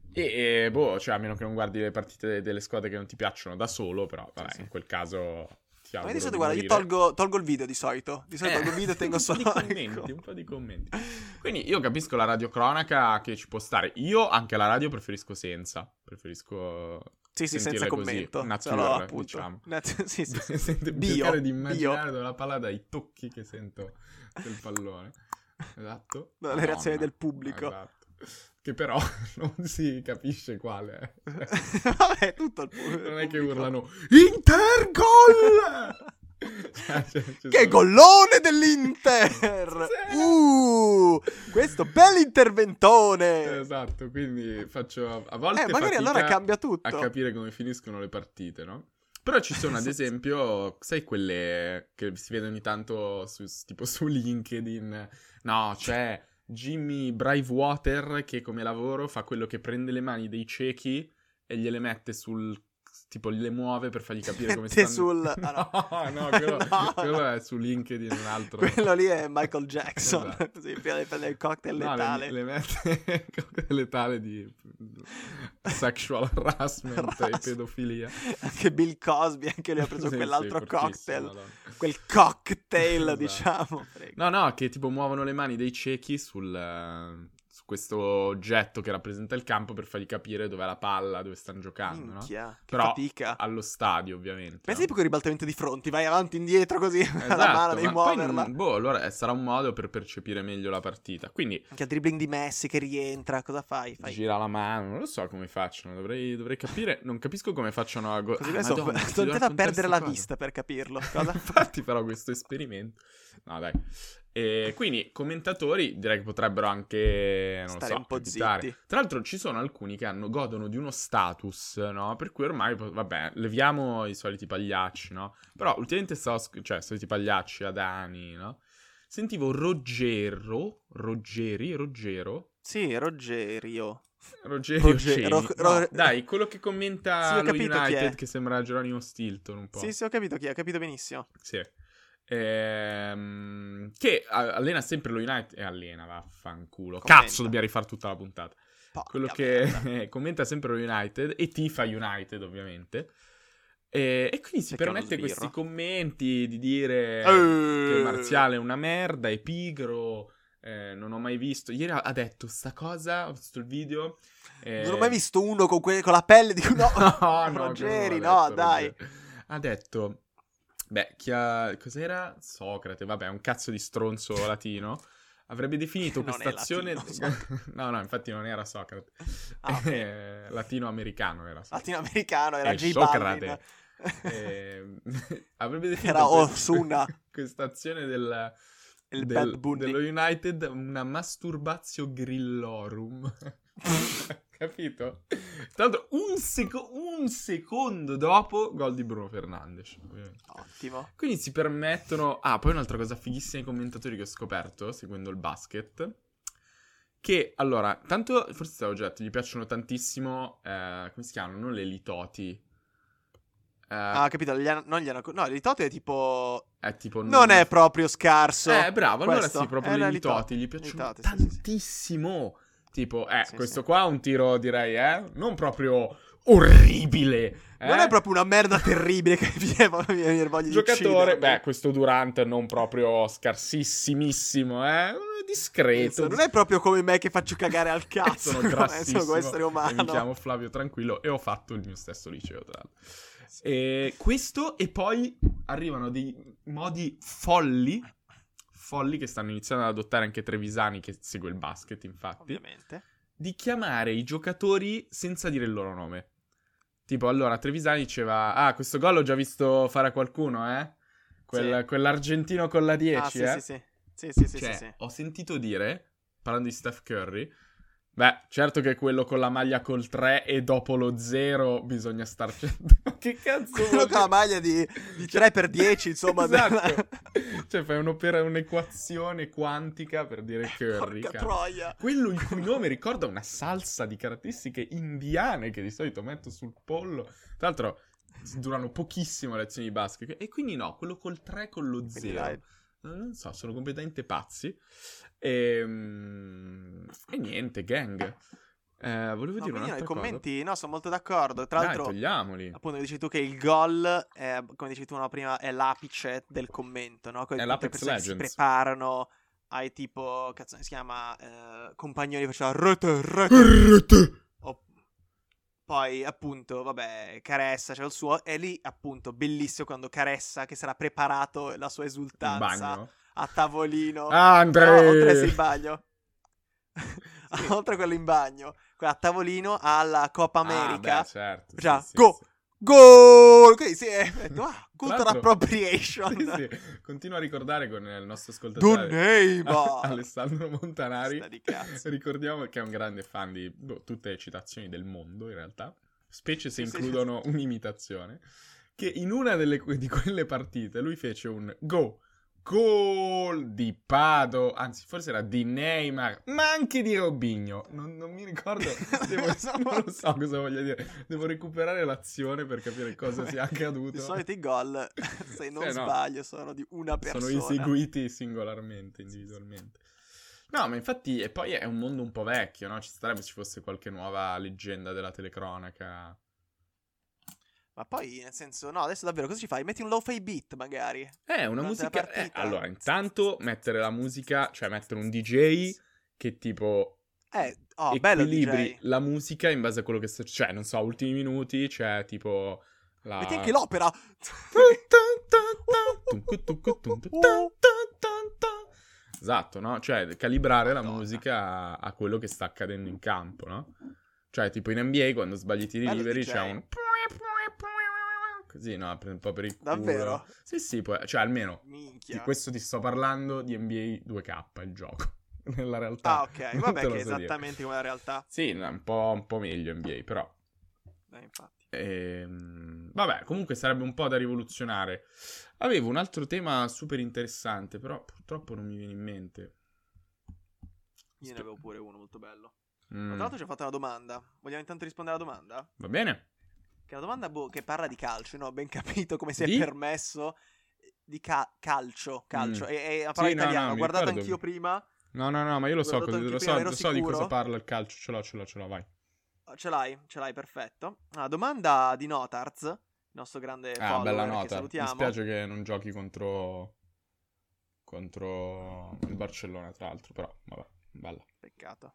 E, e boh, cioè a meno che non guardi le partite delle squadre che non ti piacciono da solo, però vabbè, sì, in quel caso ti auguro. Ma di solito guarda, io tolgo, tolgo il video di solito. Di solito eh, tolgo il video e tengo solo un po' di commenti, un po' di commenti. Quindi io capisco la radiocronaca che ci può stare. Io anche la radio preferisco senza, preferisco Sì, sì, senza così, commento. naturale, appunto. diciamo. Nat- sì, sì, sì. Sento bio, cercare di immaginare bio. dove la palla dai tocchi che sento del pallone. Esatto. No, le reazioni del pubblico. Esatto. Che però non si capisce quale è. Vabbè, tutto il pubblico. Non è che urlano Inter gol! Cioè, cioè, che sono... gollone dell'Inter! Sì. Uh, questo bell'interventone! Esatto, quindi faccio a volte eh, magari allora cambia tutto. A capire come finiscono le partite, no? Però ci sono ad esempio, sai quelle che si vedono ogni tanto su, tipo su LinkedIn? No, c'è Jimmy Brivewater che come lavoro fa quello che prende le mani dei ciechi e gliele mette sul tipo le muove per fargli capire come Mette stanno. sul... Ah, no, no, quello, No. quello è su LinkedIn, un altro. Quello lì è Michael Jackson. Esatto. Così prende prende il cocktail No, letale. le, le mette cocktail letale di sexual harassment e Harass- pedofilia. Anche Bill Cosby, anche lui ha preso Sì, quell'altro sì, fortissimo, cocktail. Madonna. Quel cocktail, Esatto. diciamo. Prego. No, no, che tipo muovono le mani dei ciechi sul, eh, su questo oggetto che rappresenta il campo per fargli capire dov'è la palla, dove stanno giocando, no? Minchia, che Però fatica. allo stadio, ovviamente. Pensa no? tipo con il ribaltamento di fronti, vai avanti e indietro così, Esatto, la mano devi ma poi muoverla. non- boh, allora eh, sarà un modo per percepire meglio la partita. Quindi Anche il dribbling di Messi che rientra, cosa fai? Fai... gira la mano, non lo so come facciano, dovrei, dovrei capire, non capisco come facciano a go- Così Ah, adesso Madonna, ti sto devo intendo a raccontare perdere sta la cosa. vista per capirlo. Cosa? Infatti farò questo esperimento. No, dai. E quindi commentatori direi che potrebbero anche, non Stare so, un po' capitare. zitti. Tra l'altro ci sono alcuni che hanno, godono di uno status, no? Per cui ormai, vabbè, leviamo i soliti pagliacci, no? Però ultimamente stavo, sc- cioè, soliti pagliacci, Adani, no? Sentivo Roggero, Roggeri, Roggero, Sì, Rogerio. Rogerio Rogge- Ceni. Ro- No, Ro- dai, quello che commenta Sì, ho lo capito chi è. United, che sembra Geronimo Stilton un po'. Sì, sì, ho capito chi è, ho capito benissimo. Sì. Ehm, che a- allena sempre lo United e allena, vaffanculo. Commenta. Cazzo, dobbiamo rifare tutta la puntata. Porca Quello merda. che commenta sempre lo United e tifa United, ovviamente. E, e quindi si Perché è uno permette sbirro. questi commenti di dire Eh. che Marziale è una merda, è pigro, eh, non ho mai visto. Ieri ha ha detto sta cosa, ho visto il video. eh, Non ho mai visto uno con, que- con la pelle di... No, No, no, Ruggeri, che non l'ha no, detto, dai. Ruggeri. Ha detto, beh, chi ha... cos'era? Socrate, vabbè, un cazzo di stronzo latino. Avrebbe definito Non questa è azione... latino, no, no, infatti non era Socrate. Ah, ok. Eh, latinoamericano era Socrate. Latinoamericano, era Eh, J Socrate. Balvin. Eh, avrebbe definito Era questa- Osuna. questa azione del... Il del- Bad Bunny. dello United una masturbatio grillorum. Capito? Tra l'altro un, seco- un secondo dopo gol di Bruno Fernandes, ovviamente. Ottimo. Quindi si permettono... Ah, poi un'altra cosa fighissima ai commentatori che ho scoperto seguendo il basket, che allora, tanto forse stavo già detto, gli piacciono tantissimo, eh, come si chiamano? Non le litoti. Eh, Ah, ho capito, gli hanno- non gli hanno... No, il Litote è tipo... è tipo... Non è proprio scarso. Eh, bravo, allora questo. sì, proprio È le la litoti, Litote. gli piacciono Litote, sì, sì, sì. tantissimo. Tipo, eh, Sì, questo sì. qua è un tiro, direi, eh, non proprio orribile. eh. Non è proprio una merda terribile che mi viene mi viene voglia di Giocatore, uccidermi. beh, questo Durant non proprio scarsissimissimo, eh, discreto. Non è proprio come me che faccio cagare al cazzo. Sono come grassissimo sono essere e umano. mi chiamo Flavio Tranquillo e ho fatto il mio stesso liceo, tra l'altro. E questo, e poi arrivano dei modi folli, folli che stanno iniziando ad adottare anche Trevisani, che segue il basket, infatti, Ovviamente. di chiamare i giocatori senza dire il loro nome. Tipo, allora, Trevisani diceva, ah, questo gol l'ho già visto fare a qualcuno, eh? Quel- Sì. Quell'argentino con la dieci, Ah, eh? sì, sì, sì. Sì, sì, sì, Cioè, sì, sì. ho sentito dire, parlando di Steph Curry, beh, certo che quello con la maglia col tre e dopo lo zero bisogna starci... Ma che cazzo Quello vuol con la dire? maglia di, di tre per dieci, insomma. Esatto. Cioè, fai un'opera, un'equazione quantica per dire Curry. Porca cazzo. troia. Quello il cui nome ricorda una salsa di caratteristiche indiane che di solito metto sul pollo. Tra l'altro durano pochissimo le lezioni di basket. E quindi no, quello col tre con lo Quindi zero. dai. Non so, sono completamente pazzi. E, e niente, gang. Eh, volevo No, dire quindi no, un'altra i cosa. commenti, no, sono molto d'accordo. Tra Dai, l'altro, togliamoli. appunto, dici tu che il gol, è, come dici tu no, prima, è l'apice del commento, no? Que- È tutte l'Apex le persone che si Legends. preparano ai tipo, cazzo si chiama, eh, compagnoni faceva rete, rete. O- poi, appunto, vabbè, Caressa c'è il suo, e lì, appunto, bellissimo quando Caressa, che sarà preparato la sua In esultanza bagno. a tavolino. Ah, Andre! No, oltre sì, in bagno. Oltre a quello in bagno, quella a tavolino alla Coppa America. Ah, beh, certo. Faceva, sì, sì, go! sì. Gol! Quindi sì, è detto, ah, cultural l'altro- appropriation. Sì, sì. Continuo a ricordare con il nostro ascoltatore Donneima. Alessandro Montanari. Sta di cazzo. Ricordiamo che è un grande fan di boh, tutte le citazioni del mondo, in realtà, specie se Sì, sì, includono un'imitazione, che in una delle, que- di quelle partite lui fece un go, gol di Pado, anzi forse era di Neymar, ma anche di Robinho, non, non mi ricordo, devo, non lo so cosa voglia dire, devo recuperare l'azione per capire cosa sia accaduto. Di solito i gol, se non Eh, no. sbaglio, sono di una persona. Sono eseguiti singolarmente, individualmente. No, ma infatti, e poi è un mondo un po' vecchio, no? Ci starebbe se ci fosse qualche nuova leggenda della telecronaca. Ma poi, nel senso, no, adesso davvero cosa ci fai? Metti un lo-fi beat, magari. Eh, una Durante la musica... Eh, partita. allora, intanto mettere la musica, cioè mettere un D J che tipo Eh, oh, bello D equilibri J. la musica in base a quello che sta... Cioè, non so, ultimi minuti c'è tipo... La... Metti anche l'opera. Esatto, no? Cioè, calibrare la Madonna. musica a, a quello che sta accadendo in campo, no? Cioè, tipo in N B A quando sbagli i tiri Bello liberi D J. c'è un... Così, no? Un po' per il culo. Davvero? Sì, sì, poi... Cioè, almeno... Minchia. Di questo ti sto parlando di N B A due K, il gioco. Nella realtà. Ah, ok. non Vabbè, te che lo è so dire. esattamente come la realtà. Sì, no, un po', un po' meglio N B A, però... Eh, infatti. Ehm, vabbè, comunque sarebbe un po' da rivoluzionare. Avevo un altro tema super interessante, però purtroppo non mi viene in mente. Io ne avevo pure uno molto bello. Mm, Ma tra l'altro ci ha fatto una domanda. Vogliamo intanto rispondere alla domanda? va bene? Che è una domanda boh, che parla di calcio, no? Ben capito come si è Di? permesso di ca- calcio, calcio. Mm. È, è una parola Sì, no, italiana, no, ho mi guardato ricordo. anch'io prima. No, no, no, ma io lo so, Guardato cosa- lo anche so, prima, ero lo so di cosa sicuro. parla il calcio. Ce l'ho, ce l'ho, ce l'ho, vai. Oh, Ce l'hai, ce l'hai, perfetto. Ah, domanda di Notarz, il nostro grande Ah, follower bella che nota. Mi salutiamo. spiace che non giochi contro contro il Barcellona, tra l'altro, però vabbè, bella. Peccato.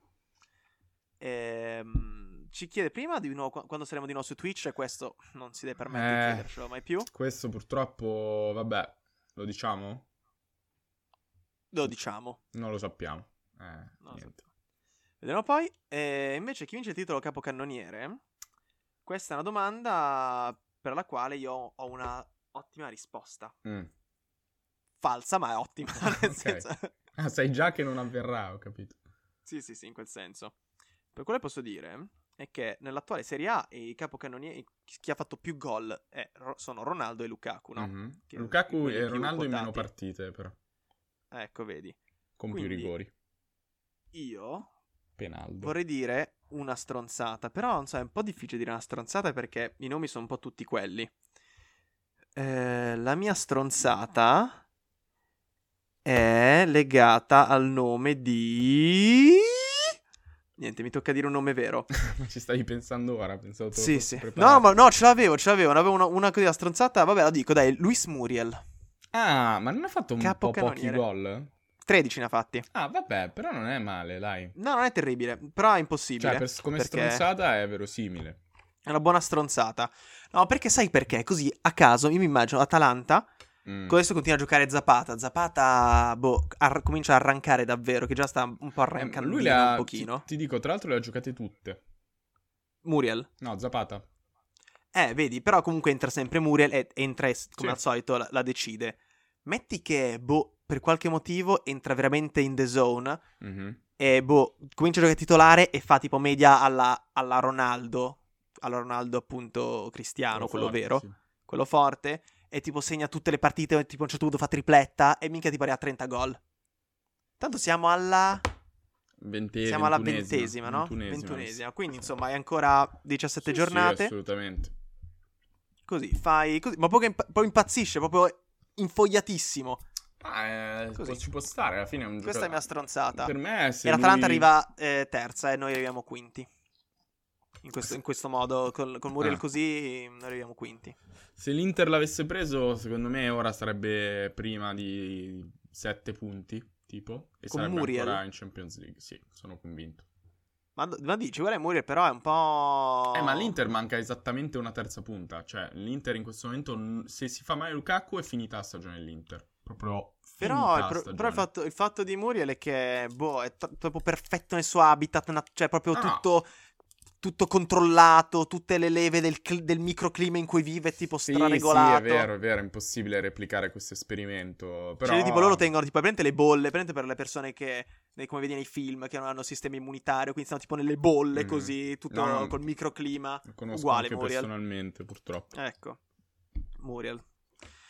Ehm, ci chiede prima di nuovo qu- quando saremo di nuovo su Twitch, e questo non si deve permettere di Eh. chiedercelo mai più. Questo purtroppo, vabbè, lo diciamo? Lo diciamo. Non lo sappiamo. Eh, Non lo niente. sappiamo. Vedremo poi. E invece chi vince il titolo capocannoniere? Questa è una domanda per la quale io ho una ottima risposta. Mm. Falsa, ma è ottima. Nel Ok. senso... Ah, sai già che non avverrà, ho capito. Sì, sì, sì, in quel senso. Per quello che posso dire è che nell'attuale Serie A i capocannonieri, chi ha fatto più gol è- sono Ronaldo e Lukaku, no? Mhm. Che- Lukaku quelli e più Ronaldo in meno quotati. partite, però. Ecco, vedi. Con Quindi- più rigori. Io Penaldo. vorrei dire una stronzata, però non so, è un po' difficile dire una stronzata perché i nomi sono un po' tutti quelli. Eh, la mia stronzata è legata al nome di... Niente, mi tocca dire un nome vero. Ma ci stavi pensando ora? Pensavo te lo Sì, fossi sì. preparato. No, ma no, ce l'avevo, ce l'avevo. Ne avevo una, una così da stronzata. Vabbè, la dico, dai, Luis Muriel. Ah, ma non ha fatto un po' pochi Capocannoniere. gol? tredici ne ha fatti. Ah, vabbè, però non è male, dai. No, non è terribile, però è impossibile. Cioè, per- come perché stronzata è verosimile. è una buona stronzata. No, perché sai perché? Così, a caso, io mi immagino Atalanta. Mm. Adesso continua a giocare Zapata. Zapata, boh, ar- comincia a arrancare davvero, che già sta un po' Eh, arrancando lui le ha, un pochino. Ti, ti dico, tra l'altro le ha giocate tutte. Muriel. No, Zapata. Eh, vedi, però comunque entra sempre Muriel e entra e, come Sì. al solito, la, la decide. Metti che, boh, per qualche motivo entra veramente in the zone Mhm. e, boh, comincia a giocare titolare e fa tipo media alla, alla Ronaldo, alla Ronaldo appunto Cristiano, quello, forte, vero, sì. quello forte, e tipo segna tutte le partite, tipo a un certo punto fa tripletta e minchia tipo arriva a trenta gol. Tanto siamo alla... Vente- siamo alla ventunesima, ventesima, no? ventunesima, Ventunesima. Quindi insomma hai ancora diciassette Sì, sì, giornate. assolutamente. Così fai così, ma poi, imp- poi impazzisce, proprio infogliatissimo. Ah, eh, Così. può- ci può stare, alla fine è un Questa è la mia giocatore- stronzata. Per me se E l'Atalanta lui- arriva eh, terza e noi arriviamo quinti. In questo, in questo modo, col, col Muriel Ah. così, noi arriviamo quinti. Se l'Inter l'avesse preso, secondo me ora sarebbe prima di sette punti, tipo, e Con sarebbe Muriel? ancora in Champions League, sì, sono convinto. Ma, ma dici, guarda, Muriel però è un po'... Eh, ma all'Inter manca esattamente una terza punta, cioè l'Inter in questo momento, n- se si fa male Lukaku è finita la stagione dell'Inter, proprio Però, finita il, la pro- stagione. però il, fatto, il fatto di Muriel è che, boh, è tro- proprio perfetto nel suo habitat, na- cioè proprio No. tutto... tutto controllato, tutte le leve del, cl- del microclima in cui vive, tipo Sì, straregolato. sì, è vero, è vero, è impossibile replicare questo esperimento, però... Cioè, tipo, loro tengono, tipo, prendete le bolle, prendete per le persone che, eh, come vedi nei film, che non hanno sistema immunitario, quindi stanno tipo nelle bolle, Mhm. così, tutto No, no, col microclima. Lo conosco Uguale, anche Muriel. personalmente, purtroppo. Ecco, Muriel.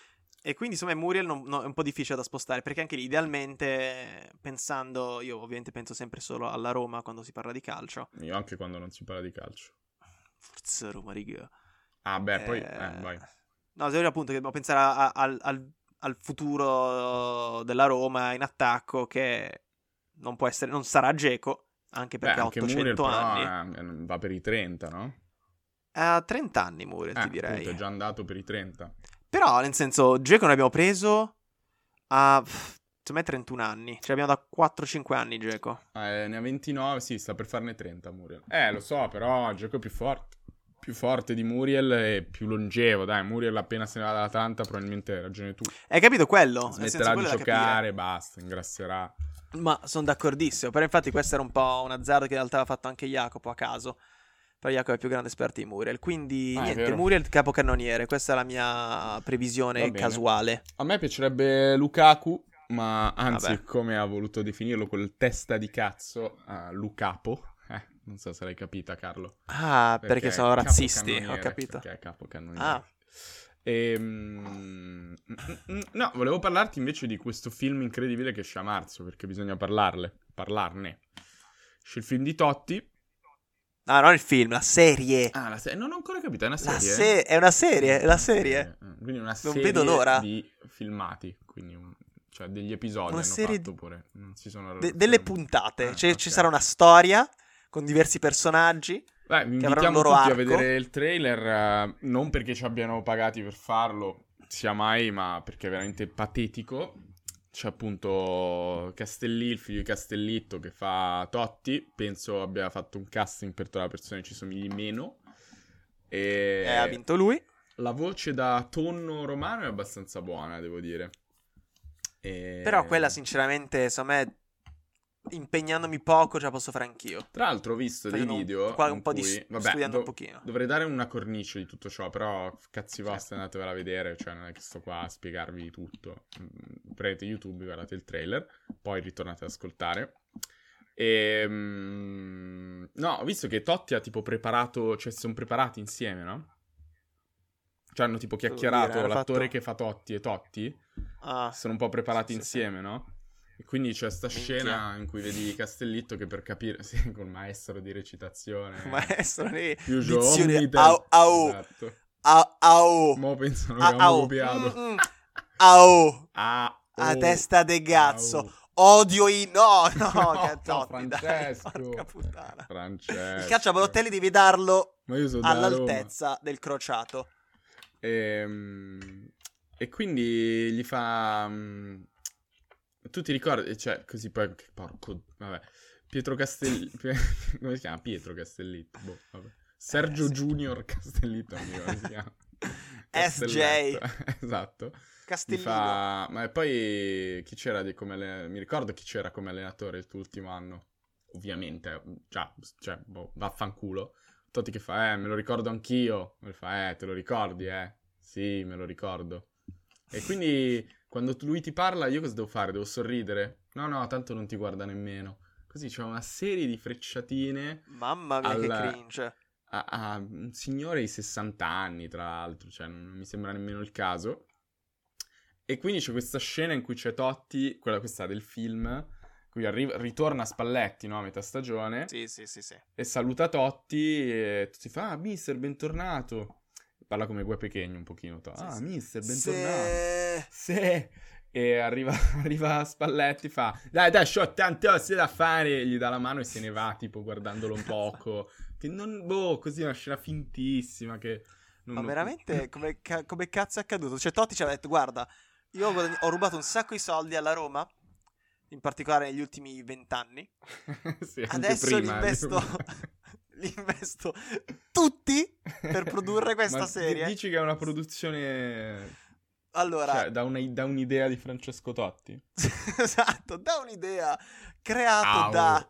E quindi insomma Muriel non, no, è un po' difficile da spostare, perché anche lì idealmente, pensando, io ovviamente penso sempre solo alla Roma quando si parla di calcio. Io anche quando non si parla di calcio. Forza Roma, riga. Ah beh, Eh, poi... Eh, vai. No, devo dire appunto che dobbiamo pensare a- a- al, al- al futuro della Roma in attacco, che non può essere, non sarà Dzeko, anche Beh, perché ha anche Muriel ottocento però anni. eh, va per i trenta, no? Ha trenta anni Muriel, Eh, ti direi. appunto, è già andato per i trenta. Però, nel senso, Dzeko ne abbiamo preso a, pff, secondo me, trentuno anni. Ce l'abbiamo da quattro cinque anni, Dzeko. Eh, ne ha ventinove, sì, sta per farne trenta Muriel. Eh, lo so, però Dzeko è più forte. Più forte di Muriel e più longevo, dai. Muriel appena se ne va dall'Atalanta probabilmente hai ragione tu. Hai capito quello? Nel senso, Smetterà quello di è da capire. giocare, basta, ingrasserà. Ma sono d'accordissimo. Però infatti questo era un po' un azzardo che in realtà aveva fatto anche Jacopo a caso. Però Jacopo è il più grande esperto di Muriel. Quindi Ah, è niente, vero. Muriel capocannoniere. Questa è la mia previsione Va bene. casuale. A me piacerebbe Lukaku, ma anzi, Vabbè. come ha voluto definirlo quel testa di cazzo, uh, Lucapo. Eh, non so se l'hai capita, Carlo. Ah, perché, sono è razzisti, ho capocannoniere, capito. Perché è capocannoniere. Ah, Ehm, no, volevo parlarti invece di questo film incredibile che esce a marzo, perché bisogna parlarle, parlarne. Esce il film di Totti. ah, non il film, la serie. Ah, la se- non ho ancora capito, è una La serie? se- è una serie, è la serie. Eh, Quindi una Non serie vedo l'ora. di filmati, quindi un- cioè degli episodi Una hanno serie fatto di- pure. Non si sono De- delle fermati. puntate. Ah, Cioè, ok. ci sarà una storia con diversi personaggi. Beh, vi che avranno invitiamo il loro tutti a arco. vedere il trailer, eh, non perché ci abbiano pagati per farlo, sia mai, ma perché è veramente patetico. C'è appunto Castelli, il figlio di Castellitto, che fa Totti. Penso abbia fatto un casting per trovare persone che ci somigli meno. E Eh, ha vinto lui. la voce da tonno romano è abbastanza buona, devo dire. E... Però quella, sinceramente, secondo me, impegnandomi poco, ce la posso fare anch'io. Tra l'altro ho visto dei Facendo un- video qua- in un po' di cui- s- vabbè, studiando un pochino. dovrei dare una cornice di tutto ciò, però cazzi vostri, andatevela a vedere, cioè non è che sto qua a spiegarvi tutto. Mm, Prendete YouTube, guardate il trailer, poi ritornate ad ascoltare. E mm, no, ho visto che Totti ha tipo preparato, cioè si sono preparati insieme, no? Cioè hanno tipo chiacchierato dire, hanno l'attore fatto- che fa Totti e Totti, Ah, si sono un po' preparati sì, sì, sì. insieme, no? E quindi c'è sta Minchia. scena in cui vedi Castellitto che per capire, sì, col maestro di recitazione, maestro lì. più dizione, giovane, au, au, esatto. au, au, Mo pensano ah, che abbiamo au, copiato. mm, mm, au, Ah, a oh, testa de cazzo, au. odio i... No, no, No, che Totti, dai, Francesco. porca puttana. Francesco. Il cacciabalotelli devi darlo Ma io sono da Roma. all'altezza del crociato. Ehm, E, quindi gli fa... mm, Tu ti ricordi? Cioè, così poi... che Porco... Vabbè. Pietro Castellitto... Come si chiama? Pietro Castellitto. Boh, vabbè. Sergio Eh, sì. Junior Castellitto, non mi ricordo come si chiama. S J. Castelletto. Esatto. Gli Castellino. fa... Ma poi chi c'era di come... alle- Mi ricordo chi c'era come allenatore il tuo ultimo anno. Ovviamente. Già, cioè, boh, vaffanculo. Totti che fa, eh, me lo ricordo anch'io. E fa, eh, te lo ricordi, eh? Sì, me lo ricordo. E quindi, quando tu- lui ti parla, io cosa devo fare? Devo sorridere? No, no, tanto non ti guarda nemmeno. Così c'è una serie di frecciatine Mamma mia, al- che cringe. a, a un signore di sessanta anni, tra l'altro. Cioè, non mi sembra nemmeno il caso. E quindi c'è questa scena in cui c'è Totti, quella questa del film, in cui arriva, ritorna Spalletti, no, a metà stagione. Sì, sì, sì, sì. E saluta Totti e Totti fa, ah, mister, bentornato. Parla come Gue Pechegno un pochino. to- Ah, Sì, sì. mister, bentornato. Se... Sì. E arriva, arriva Spalletti, fa, dai, dai, c'ho tante cose da fare. Gli dà la mano e se ne va, tipo, guardandolo un poco. Che non, boh, così una scena fintissima che... non- Ma non- veramente, come, ca- come cazzo è accaduto? Cioè, Totti ci aveva detto, guarda, io ho, guadagn- ho rubato un sacco di soldi alla Roma, in particolare negli ultimi vent'anni. Sì, anche Adesso li prima, investo, eh. li investo tutti per produrre questa Ma serie. dici che è una produzione... Allora, Cioè, da, una- da un'idea di Francesco Totti? esatto, da un'idea creato Au. da...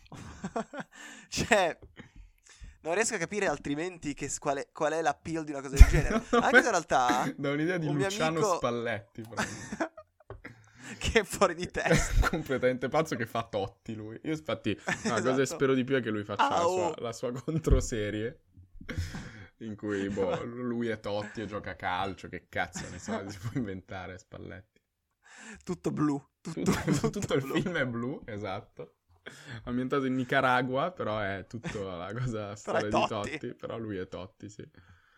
cioè, non riesco a capire altrimenti che, qual, è, qual è l'appeal di una cosa del genere. Anche se in realtà... Da un'idea di un mio Luciano amico- Spalletti, proprio. che è fuori di testa. Completamente pazzo che fa Totti lui. Io infatti, no, la cosa che Esatto. spero di più è che lui faccia la Au. sua, la sua controserie. in cui boh, lui è Totti e gioca a calcio, che cazzo ne so, si può inventare Spalletti. Tutto blu. Tutto, Tutto, tutto tutto il blu. film è blu, esatto. Ambientato in Nicaragua, però è tutto la cosa storia di Totti. Totti, però lui è Totti, sì.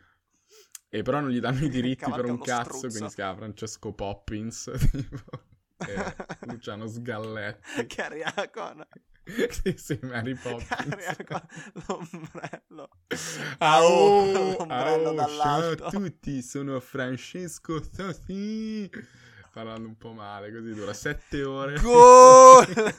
E però non gli danno i diritti Cavalca per un uno cazzo, struzzo. quindi si chiama Francesco Poppins, tipo, e Luciano Sgalletti. Carry Con. Sì, sì, Mary Poppins. Carry Con l'ombrello. Au, l'ombrello au, dall'alto. ciao a tutti, sono Francesco Totti. Parlando un po' male, così dura sette ore. Gol!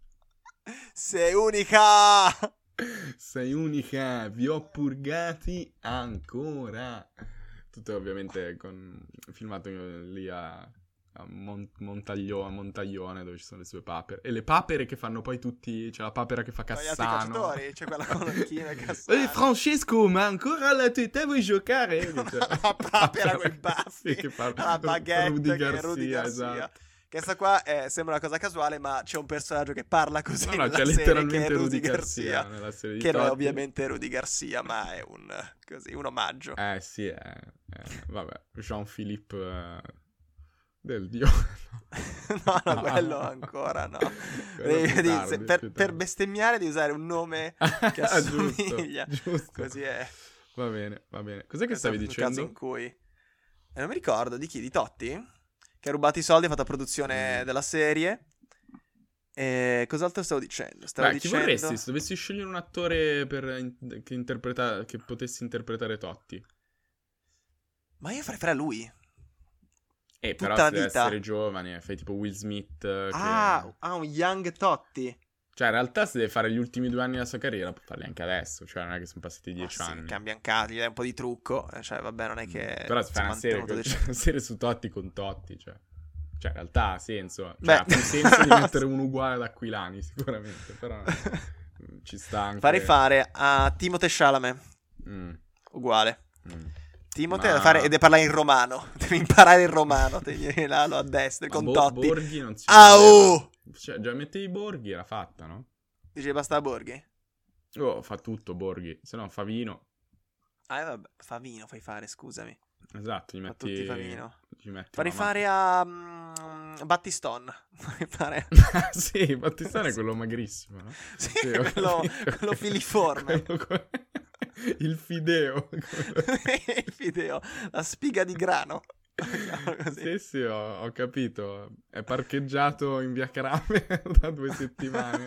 Sei unica! Sei unica, vi ho purgati ancora. Tutto ovviamente con filmato lì a, a Mon- Montaglio- a Montaglione, dove ci sono le sue papere. E le papere che fanno poi tutti, c'è la papera che fa Gli altri Cassano. calciatori, c'è quella con l'orecchino e Cassano. Ehi Francesco, ma ancora la tua età vuoi giocare? La papera con i baffi, Sì, che fa la baguette Rudy che è Rudy Garcia, Garcia. esatto. Questa qua è, sembra una cosa casuale, ma c'è un personaggio che parla così No, no, nella c'è serie, letteralmente che è Rudy Rudy Garcia, Garcia, nella serie di che non è Totti. ovviamente Rudy Garcia, ma è un, così, un omaggio. Eh sì, è, è vabbè, Jean-Philippe eh, del Dio. no, no, No, quello no. ancora no. Quello Devi- più devi- tardi, se- per, più per tardi. bestemmiare devi usare un nome che assomiglia. giusto, giusto. Così è. Va bene, va bene. Cos'è che Questo è stavi un caso dicendo? in cui... E non mi ricordo di chi, di Totti? Che ha rubato i soldi, ha fatto la produzione Mm. della serie. E cos'altro stavo dicendo? Stavo Beh, chi dicendo... vorresti se dovessi scegliere un attore per in- che, interpreta- che potessi interpretare Totti? Ma io farei fare a lui. Eh, Tutta però la se deve vita. essere giovane, fai tipo Will Smith. eh, Ah, che... ah, un young Totti. Cioè, in realtà se deve fare gli ultimi due anni della sua carriera, può farli anche adesso. Cioè, non è che sono passati Ma dieci sì, anni. cambiano casi, gli dai un po' di trucco. eh, Cioè, vabbè, non è che... Però si fa si è una serie, mantenuto con- dec- una serie su Totti con Totti, cioè. Cioè, in realtà ha senso. Cioè, Beh. ha più senso di mettere uno uguale ad Aquilani, sicuramente. Però mm, ci sta anche... Farei fare a Timothée Chalamet. Mm, Uguale. mm. Timothée Ma- da fare ed è parlare in romano. Devi imparare il romano. Te vieni là, lo a destra Ma con Bo- Totti. Borghi non si Ah, muoveva. oh! Cioè, già mettevi Borghi, era fatta, no? Dice basta Borghi? Oh, fa tutto Borghi. Se no, fa vino. Ah, vabbè. Favino fai fare, scusami. Esatto, gli Fa metti... tutti Favino. Gli metti Farei una mano. fare a mm, Battiston. Farei fare... Sì, Battistone è quello magrissimo, no? Sì, Sì, ho quello, capito. quello filiforme. Quello co- Il fideo. Il video, la spiga di grano. Così. Sì, sì, ho, ho capito. È parcheggiato in via Kramer da due settimane.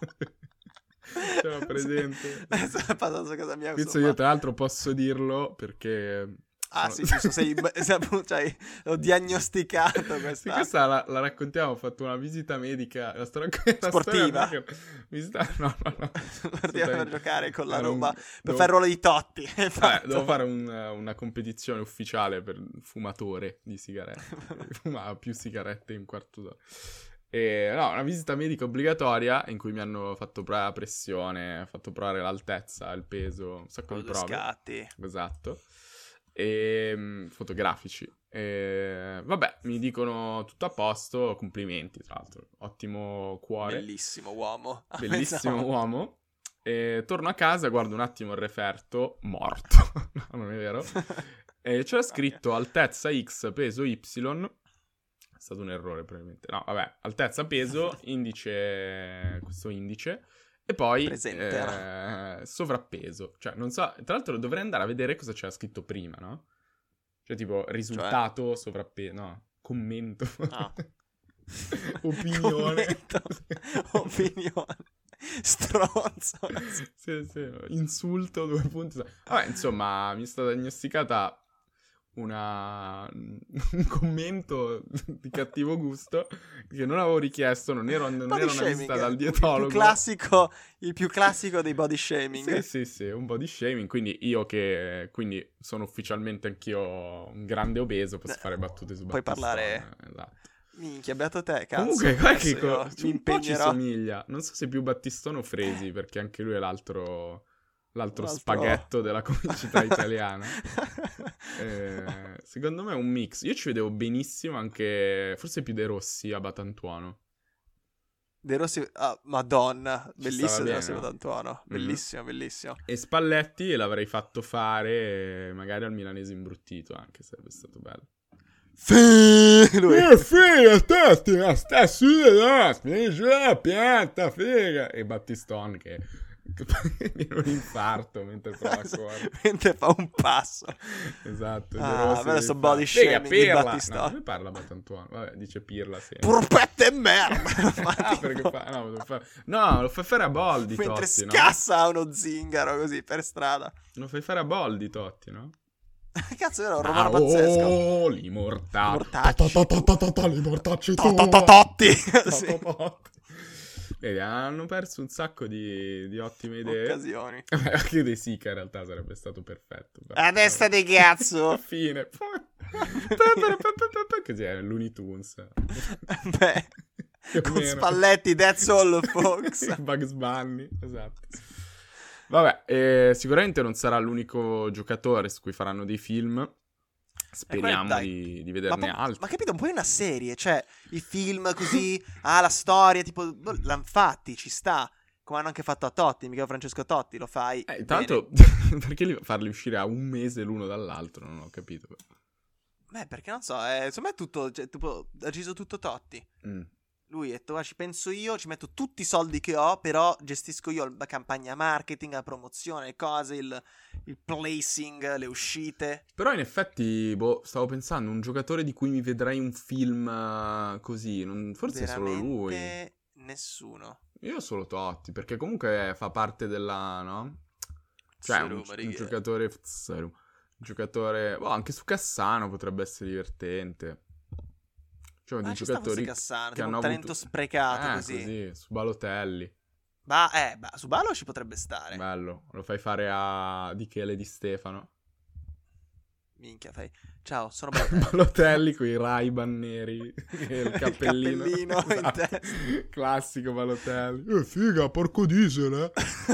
Ce l'ho presente. Adesso è passato a casa mia. Questo insomma. io tra l'altro posso dirlo perché... Ah sono- sì, giusto, sei, sei appunto, cioè, l'ho diagnosticato Sì, questa. questa la, la raccontiamo, ho fatto una visita medica, la sto raccontando. la Sportiva? storia perché- visita... No, no, no. Per assolutamente. giocare con la Era un- roba, per devo- fare il ruolo di Totti. hai Vabbè, fatto. devo fare un- una competizione ufficiale per fumatore di sigarette. Fumava più sigarette in un quarto d'ora. E, no, una visita medica obbligatoria in cui mi hanno fatto provare la pressione, fatto provare l'altezza, il peso, un sacco Con di due prove. scatti. Esatto. E, mh, fotografici. E, vabbè, mi dicono tutto a posto, complimenti tra l'altro. Ottimo cuore. Bellissimo uomo. Bellissimo Pensavo- uomo. E torno a casa, guardo un attimo il referto, morto. No, non è vero. E c'era scritto altezza X, peso Y. È stato un errore probabilmente. No, vabbè, altezza, peso, indice, questo indice. E poi Presente, eh, sovrappeso. Cioè, non so, tra l'altro dovrei andare a vedere cosa c'era scritto prima, no? Cioè, tipo, risultato, sovrappeso, no, commento. Ah. Opinione. Commento. Opinione. Stronzo. Sì, sì, insulto, due punti. Vabbè, insomma, mi è stata diagnosticata una... un commento di cattivo gusto che non avevo richiesto, non ero, non Body era una shaming, visita dal il dietologo. più classico, il più classico dei body shaming. Sì, sì, sì, un body shaming, quindi io che quindi sono ufficialmente anch'io un grande obeso, posso Eh, fare battute su puoi Battistone, parlare- esatto. Minchia, beato te, cazzo. Comunque, guarda che Adesso io co- mi un po' ci impegnerò. somiglia. Non so se più Battistone o Fresi, perché anche lui è l'altro, l'altro L'altro- spaghetto della comicità italiana. Eh, secondo me è un mix. Io ci vedevo benissimo anche, forse più De Rossi a Batantuono. De Rossi, ah, Madonna, Ci bellissimo stava De bene, Rossi no? D'Antuono, Mhm. bellissimo, bellissimo. E Spalletti l'avrei fatto fare magari al milanese imbruttito, anche sarebbe stato bello. Sì, lui. Eh, figa, sta, sta, sta su, no, spingi giù la pianta, figa. E Battiston che viene un infarto mentre prova a correre. Mentre fa un passo. Esatto. De Ah, Rossi bello sto fa, body "Figa, shaming di Pirla." Battiston. No, come parla Battantuono? Vabbè, dice Pirla sempre. Purpette e merda. Ah, perché fa, no, lo fa, no, lo fai fare a Boldi, Mentre Totti, no? scassa uno zingaro così per strada. Lo fai fare a Boldi, Totti, no? Cazzo, era un Ah, romano pazzesco. oh, li mortacci. Mortacci. Ta ta ta ta ta ta, li mortacci tu. Totti. Sì. Vedi, hanno perso un sacco di, di ottime idee. Occasioni. Vabbè, anche dei Sica in realtà sarebbe stato perfetto. Però. A testa di cazzo. Fine. Così è Looney Tunes. Beh, Più o con meno. Spalletti, that's all folks. Bugs Bunny, esatto. Vabbè, eh, sicuramente non sarà l'unico giocatore su cui faranno dei film. Speriamo dai. di, di Ma, vederne po- altri. ma capito, poi una serie, cioè i film così, ah la storia, tipo, boh, l'hanno fatti, ci sta, come hanno anche fatto a Totti, mica Francesco Totti, lo fai Eh, bene. tra l'altro, perché li- farli uscire a un mese l'uno dall'altro? Non ho capito. Beh, perché non so, eh, secondo me è tutto, cioè, tipo, ha deciso tutto Totti. Mm. Lui ha detto, "Ah, ci penso io, ci metto tutti i soldi che ho, però gestisco io la campagna marketing, la promozione, le cose, il, il placing, le uscite." Però in effetti, boh, stavo pensando, un giocatore di cui mi vedrei un film eh, così, non- forse solo lui. Veramente nessuno. Io solo Totti, perché comunque fa parte della, no? Cioè, un, Serum, un righe. giocatore... Serum. Un giocatore... Boh, anche su Cassano potrebbe essere divertente. Cioè, Ah, dei ci sta forse giocatori Cassano, che tipo hanno un talento avuto... sprecato Eh, così. così, su Balotelli. Ma, eh, bah, su Balo ci potrebbe stare. Bello, lo fai fare a Di Chele Di Stefano. Minchia, fai. Ciao, sono Balotelli. Balotelli con i Ray-Ban neri e il cappellino. cappellino in Esatto. testa. Classico Balotelli. Eh, figa, porco diesel, eh.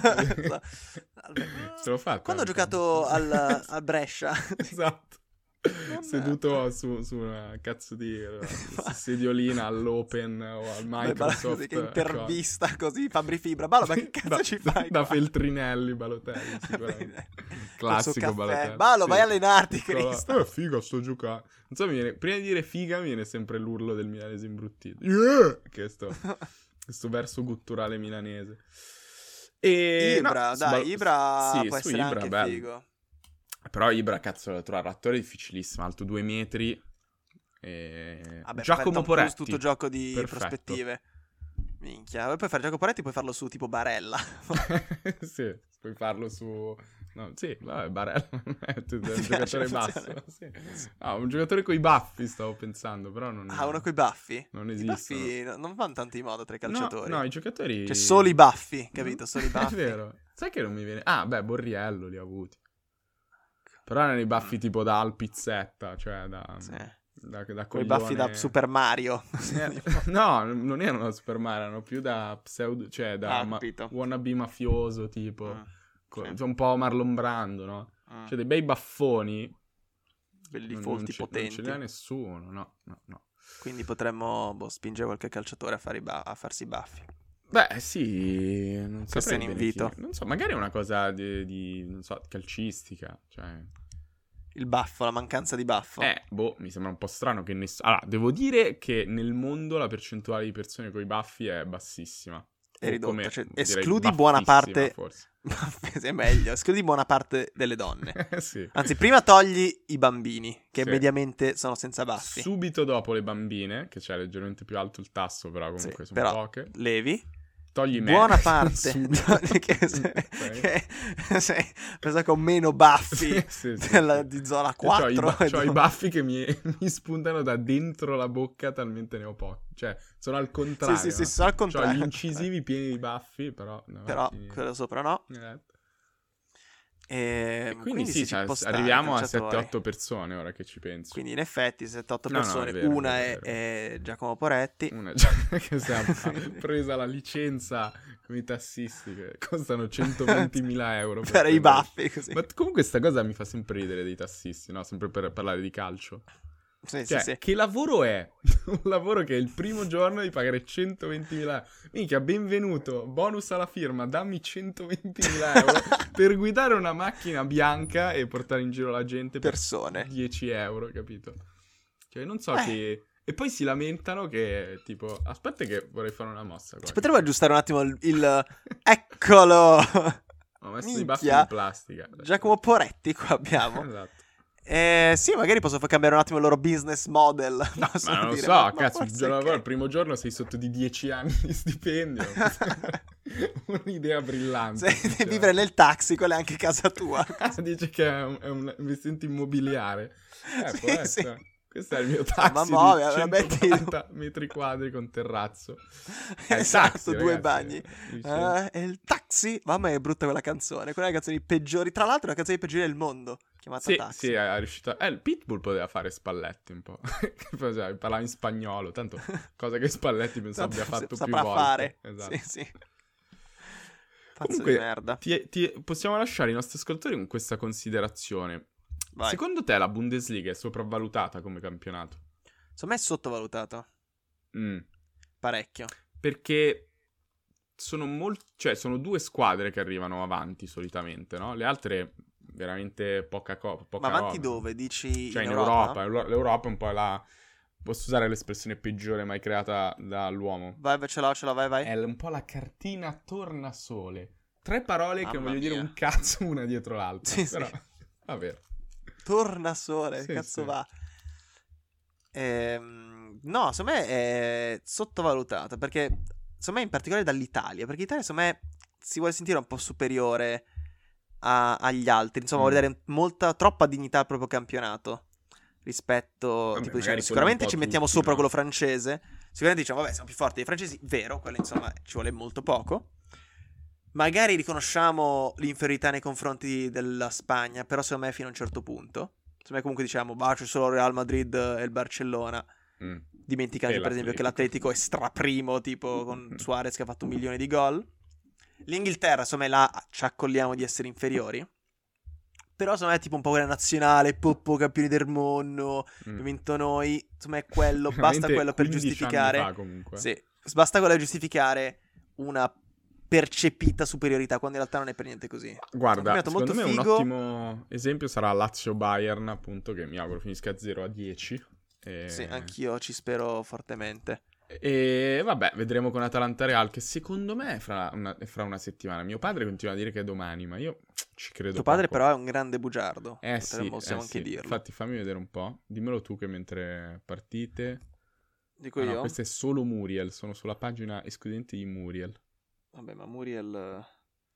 Ce l'ho fatta. Quando ho anche. giocato al, al Brescia. Esatto. Non- Seduto su, su una cazzo di eh, sediolina all'Open o al Beh, Balo Microsoft. così che intervista così, Fabri Fibra. Balo, ma che cazzo da, ci fai Da qua? Feltrinelli Balotelli, sicuramente. Classico caffè. Balotelli. Balo, Sì. vai a allenarti, Piccola- Cristo. Eh, figa, sto giocando. Non so, mi viene, prima di dire figa mi viene sempre l'urlo del milanese imbruttito. Yeah! Che è sto, questo verso gutturale milanese. E, Ibra, no, su dai, Bal- Ibra sì, può su essere Ibra, anche bello. figo. Però Ibra, cazzo, da trovare l'attore è difficilissimo, alto due metri. E... Vabbè, Giacomo Tom Cruise, Poretti. tutto gioco di Perfetto. prospettive. Minchia, poi puoi fare Giacomo Poretti, puoi farlo su tipo Barella. Sì, puoi farlo su... No, sì, vabbè, Barella è un piace, giocatore funziona. basso. Sì. Ah, un giocatore coi baffi stavo pensando, però non... Ah, uno coi baffi? Non I esistono. baffi no- non vanno tanto di moda tra i calciatori. No, no, i giocatori... Cioè, solo i baffi, capito? Solo i È baffi. vero. Sai che non mi viene... Ah, beh, Borriello li ha avuti. Però erano i baffi tipo da Alpizzetta, cioè da... Sì. Da, da Con i coglione... baffi da Super Mario. Eh, no, non erano da Super Mario, erano più da pseudo... Cioè, da Ah, ma- capito. wannabe mafioso, tipo... Mm, Co- sì. cioè, un po' Marlon Brando, no? mm. Cioè, dei bei baffoni... Belli non- folti, non ce- potenti. Non ce n'è nessuno, no, no, no. Quindi potremmo boh, spingere qualche calciatore a, fare i ba- a farsi i baffi. Beh, sì, non Questo saprei è un bene invito. chi- Non so, magari è una cosa di, di, non so, calcistica, cioè... Il baffo, la mancanza di baffo. Eh, boh, mi sembra un po' strano che nessuno... Allora, devo dire che nel mondo la percentuale di persone con i baffi è bassissima. È O ridotta, come, cioè, direi, escludi buona baffissima, parte- forse. È meglio, escludi buona parte delle donne. Sì. Anzi, prima togli i bambini, che Sì. mediamente sono senza baffi. Subito dopo le bambine, che c'è leggermente più alto il tasso, però comunque Sì, sono però poche. Levi. Togli me. Buona parte Subito. che, se- Ok. che sei pensa che ho meno baffi Sì, sì, sì, della- sì. di zona Io quattro. C'ho i, ba- e c'ho i do- baffi che mi, mi spuntano da dentro la bocca, talmente ne ho pochi. Cioè, sono al contrario. Sì, sì, sì, no? sono al C'ho contrario. gli incisivi pieni di baffi, però... davanti- Però quello sopra no. Eh. E, E quindi, sì, ci cioè, può stare, arriviamo a calciatori. sette otto persone ora che ci penso. Quindi in effetti sette otto No, no, persone, è vero, una è vero, è, è Giacomo Poretti. Una già che si è presa la licenza con i tassisti che costano centoventimila euro per i prendere- baffi così. Ma comunque sta cosa mi fa sempre ridere dei tassisti, no? Sempre per parlare di calcio. Sì, Cioè, sì, sì. che lavoro è? Un lavoro che è il primo giorno di pagare centoventimila euro. Minchia, benvenuto, bonus alla firma, dammi centoventimila euro per guidare una macchina bianca e portare in giro la gente per Persone. dieci euro, capito? Cioè, non so Eh. che... E poi si lamentano che, tipo, aspetta che vorrei fare una mossa qua. Si potrebbe aggiustare un attimo il... il... Eccolo! Ho messo i baffi Minchia. di plastica. Giacomo Poretti qua abbiamo. Esatto. Eh, sì, magari posso far cambiare un attimo il loro business model. No, posso ma non lo dire, so, ma- ma cazzo, il, forse giorno ok. lavoro, il primo giorno sei sotto di dieci anni di stipendio. Un'idea brillante. Se devi vivere nel taxi, quella è anche casa tua. Dice che è un, è un investimento immobiliare. Eh, Sì, può essere. sì. Questo è il mio taxi Ma muove, di metti- centoquaranta metri quadri con terrazzo. È il Esatto, taxi, due ragazzi, bagni. dice- Eh, è il taxi? Mamma è brutta quella canzone. Quella è la canzone dei peggiori. Tra l'altro è la canzone dei peggiori del mondo. Chiamata Sì, Taxi. sì, è riuscito. Eh, il Pitbull poteva fare Spalletti un po'. Che faceva? Parlava in spagnolo. Tanto, cosa che Spalletti penso Tanto abbia fatto più saprà volte. fare. Esatto. Sì, sì. Pazzo Comunque, di merda. ti- ti- possiamo lasciare i nostri ascoltatori con questa considerazione. Vai. Secondo te la Bundesliga è sopravvalutata come campionato? Secondo me è sottovalutato. Mm. Parecchio. Perché sono molti, cioè sono due squadre che arrivano avanti solitamente, no? Le altre veramente poca cosa. Ma avanti dove? Dici Cioè in in Europa? Europa. Euro- L'Europa è un po' la... Posso usare l'espressione peggiore mai creata dall'uomo? Vai, vai, ce l'ho, ce l'ho, vai, vai. È un po' la cartina tornasole. Tre parole che non Mamma voglio dire mia. un cazzo una dietro l'altra. Sì, però, sì. vabbè. Tornasole, Sì, che cazzo sì. va? Ehm, no, secondo me è sottovalutata, perché secondo me in particolare dall'Italia, perché l'Italia secondo me si vuole sentire un po' superiore a- agli altri, insomma vuole Mm. dare molta, troppa dignità al proprio campionato rispetto, Vabbè, tipo magari diciamo, quello sicuramente un po' ci mettiamo tutti, sopra no? quello francese, sicuramente diciamo vabbè siamo più forti dei francesi, vero, quello insomma ci vuole molto poco. Magari riconosciamo l'inferiorità nei confronti della Spagna, però secondo me fino a un certo punto. Secondo me comunque diciamo, bah, c'è solo il Real Madrid e il Barcellona. Mm. Dimenticando E per esempio che l'Atletico è straprimo, tipo con Suarez che ha fatto un milione di gol. L'Inghilterra, insomma, là ci accolliamo di essere inferiori. Però secondo me è tipo un po' quella nazionale, poppo, campioni del mondo, Mm. abbiamo vinto noi. Insomma è quello, basta Veramente quello per quindici giustificare. anni fa, comunque. Sì, basta quello per giustificare una percepita superiorità, quando in realtà non è per niente così. Guarda, Un secondo campionato me un molto figo. ottimo esempio sarà Lazio-Bayern, appunto, che mi auguro finisca zero a dieci. E... Sì, anch'io ci spero fortemente. E vabbè, vedremo con Atalanta-Real, che secondo me è fra una, è fra una settimana. Mio padre continua a dire che è domani, ma io ci credo Tuo padre poco. però è un grande bugiardo. Eh Potremmo, sì, possiamo eh anche sì. dirlo. Infatti fammi vedere un po'. Dimmelo tu che mentre partite... Dico Ah, no, io? questo è solo Muriel, sono sulla pagina escludente di Muriel. Vabbè, ma Muriel...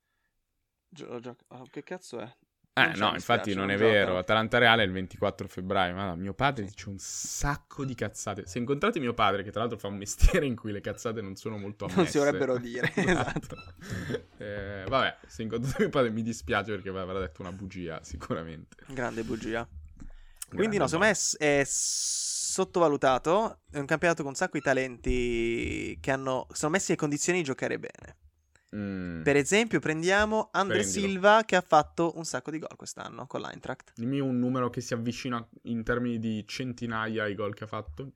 Gio- gio- ah, che cazzo è? Eh Non c'è, no, mi infatti spiace, non è giocano. vero, Atalanta-Reale è il ventiquattro febbraio, ma no, mio padre dice un sacco di cazzate. Se incontrate mio padre, che tra l'altro fa un mestiere in cui le cazzate non sono molto ammesse. Non si dovrebbero dire, esatto. Eh, vabbè, se incontrate mio padre mi dispiace perché avrà detto una bugia, sicuramente. Grande bugia. Grande Quindi no, secondo me è, Bob. s- è sottovalutato. È un campionato con un sacco di talenti che hanno, sono messi in condizioni di giocare bene. Mm. Per esempio prendiamo Andre Prendilo. Silva che ha fatto un sacco di gol quest'anno con l'Eintracht. Dimmi un numero che si avvicina in termini di centinaia ai gol che ha fatto.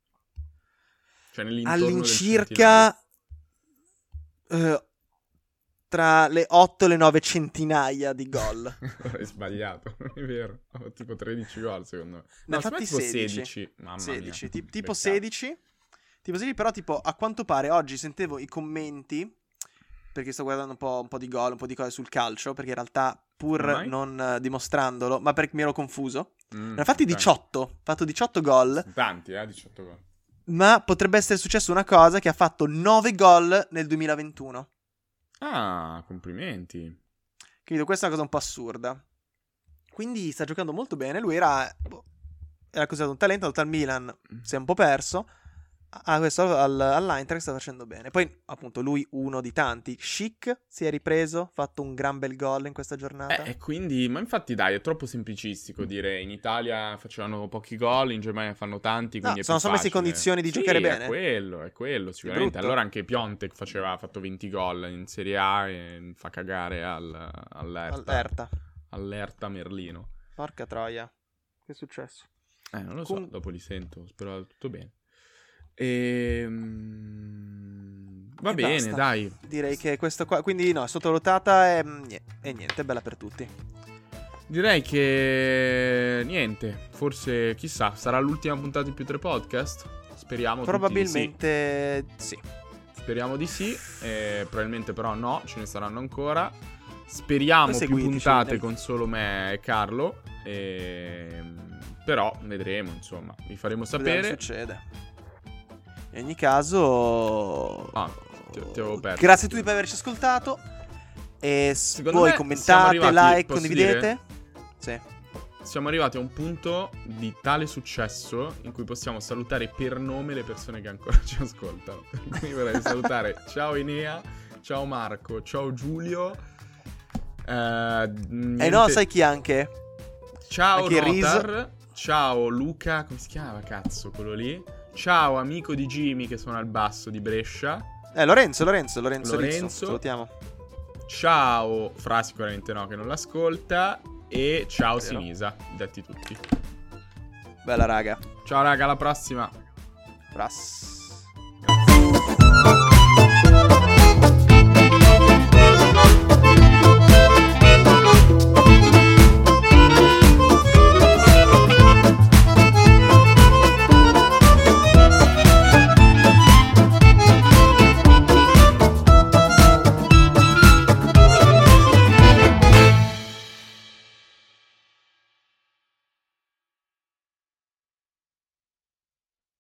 Cioè nell'intorno del centinaio. All'incirca eh, tra le otto e le nove centinaia di gol. Hai sbagliato, non è vero. Ho tipo tredici gol secondo me. Ne ha No, secondo me fatti tipo sedici. sedici. Mamma sedici, mia. ti- tipo Peccato. sedici. Tipo sedici, però tipo a quanto pare oggi sentivo i commenti, perché sto guardando un po', un po' di gol, un po' di cose sul calcio, perché in realtà pur Come mai? non eh, dimostrandolo, ma perché mi ero confuso. Mm, Ne ha fatti ok. diciotto, ha fatto diciotto gol, Tanti, eh, diciotto gol. ma potrebbe essere successo una cosa che ha fatto nove gol nel duemilaventuno. Ah, complimenti. Quindi questa è una cosa un po' assurda. Quindi sta giocando molto bene. Lui era, boh, era considerato un talento, è andato al Milan, si è un po' perso. Ah, questo al, all'Eintracht sta facendo bene. Poi, appunto, lui uno di tanti. Schick si è ripreso, ha fatto un gran bel gol in questa giornata. Eh, e quindi, ma infatti dai, è troppo semplicistico dire in Italia facevano pochi gol, in Germania fanno tanti, No, quindi è sono più sono messi in facile. condizioni di Sì, giocare è bene. quello, è quello, sicuramente. brutto. Allora anche Piontek faceva, ha fatto venti gol in Serie A e fa cagare al, all'Erta, All'Erta. all'Erta Merlino. Porca troia. Che è successo? Eh, non lo so, Com- dopo li sento, spero vada tutto bene. Ehm... Va E bene, basta. dai. Direi che questo qua, quindi no, è sottovalutata e, e niente, è bella per tutti. Direi che niente, forse chissà, sarà l'ultima puntata di Più tre Podcast? Speriamo Probabilmente tutti di sì. sì. Speriamo di sì, eh, probabilmente però no, ce ne saranno ancora. Speriamo Poi più seguiteci, puntate dai. con solo me e Carlo, ehm, però vedremo, insomma, vi faremo Vediamo sapere. che succede. In ogni caso, Ah, ti, ti avevo perso. grazie a tutti per averci ascoltato. E s- Secondo voi me siamo commentate, arrivati, like, posso condividete. Sì. Siamo arrivati a un punto di tale successo in cui possiamo salutare per nome le persone che ancora ci ascoltano. Per cui vorrei salutare ciao Enea, ciao Marco, ciao Giulio. Eh, E niente- no, sai chi anche? Ciao anche il Notar, ciao Luca, come si chiama cazzo quello lì? Ciao amico di Jimmy che suona al basso di Brescia. Eh, Lorenzo, Lorenzo, Lorenzo, Lorenzo. Rizzo. Salutiamo. Ciao Fra, sicuramente no, che non l'ascolta. E ciao Vero. Sinisa, detti tutti. Bella raga. Ciao raga, alla prossima. Ras.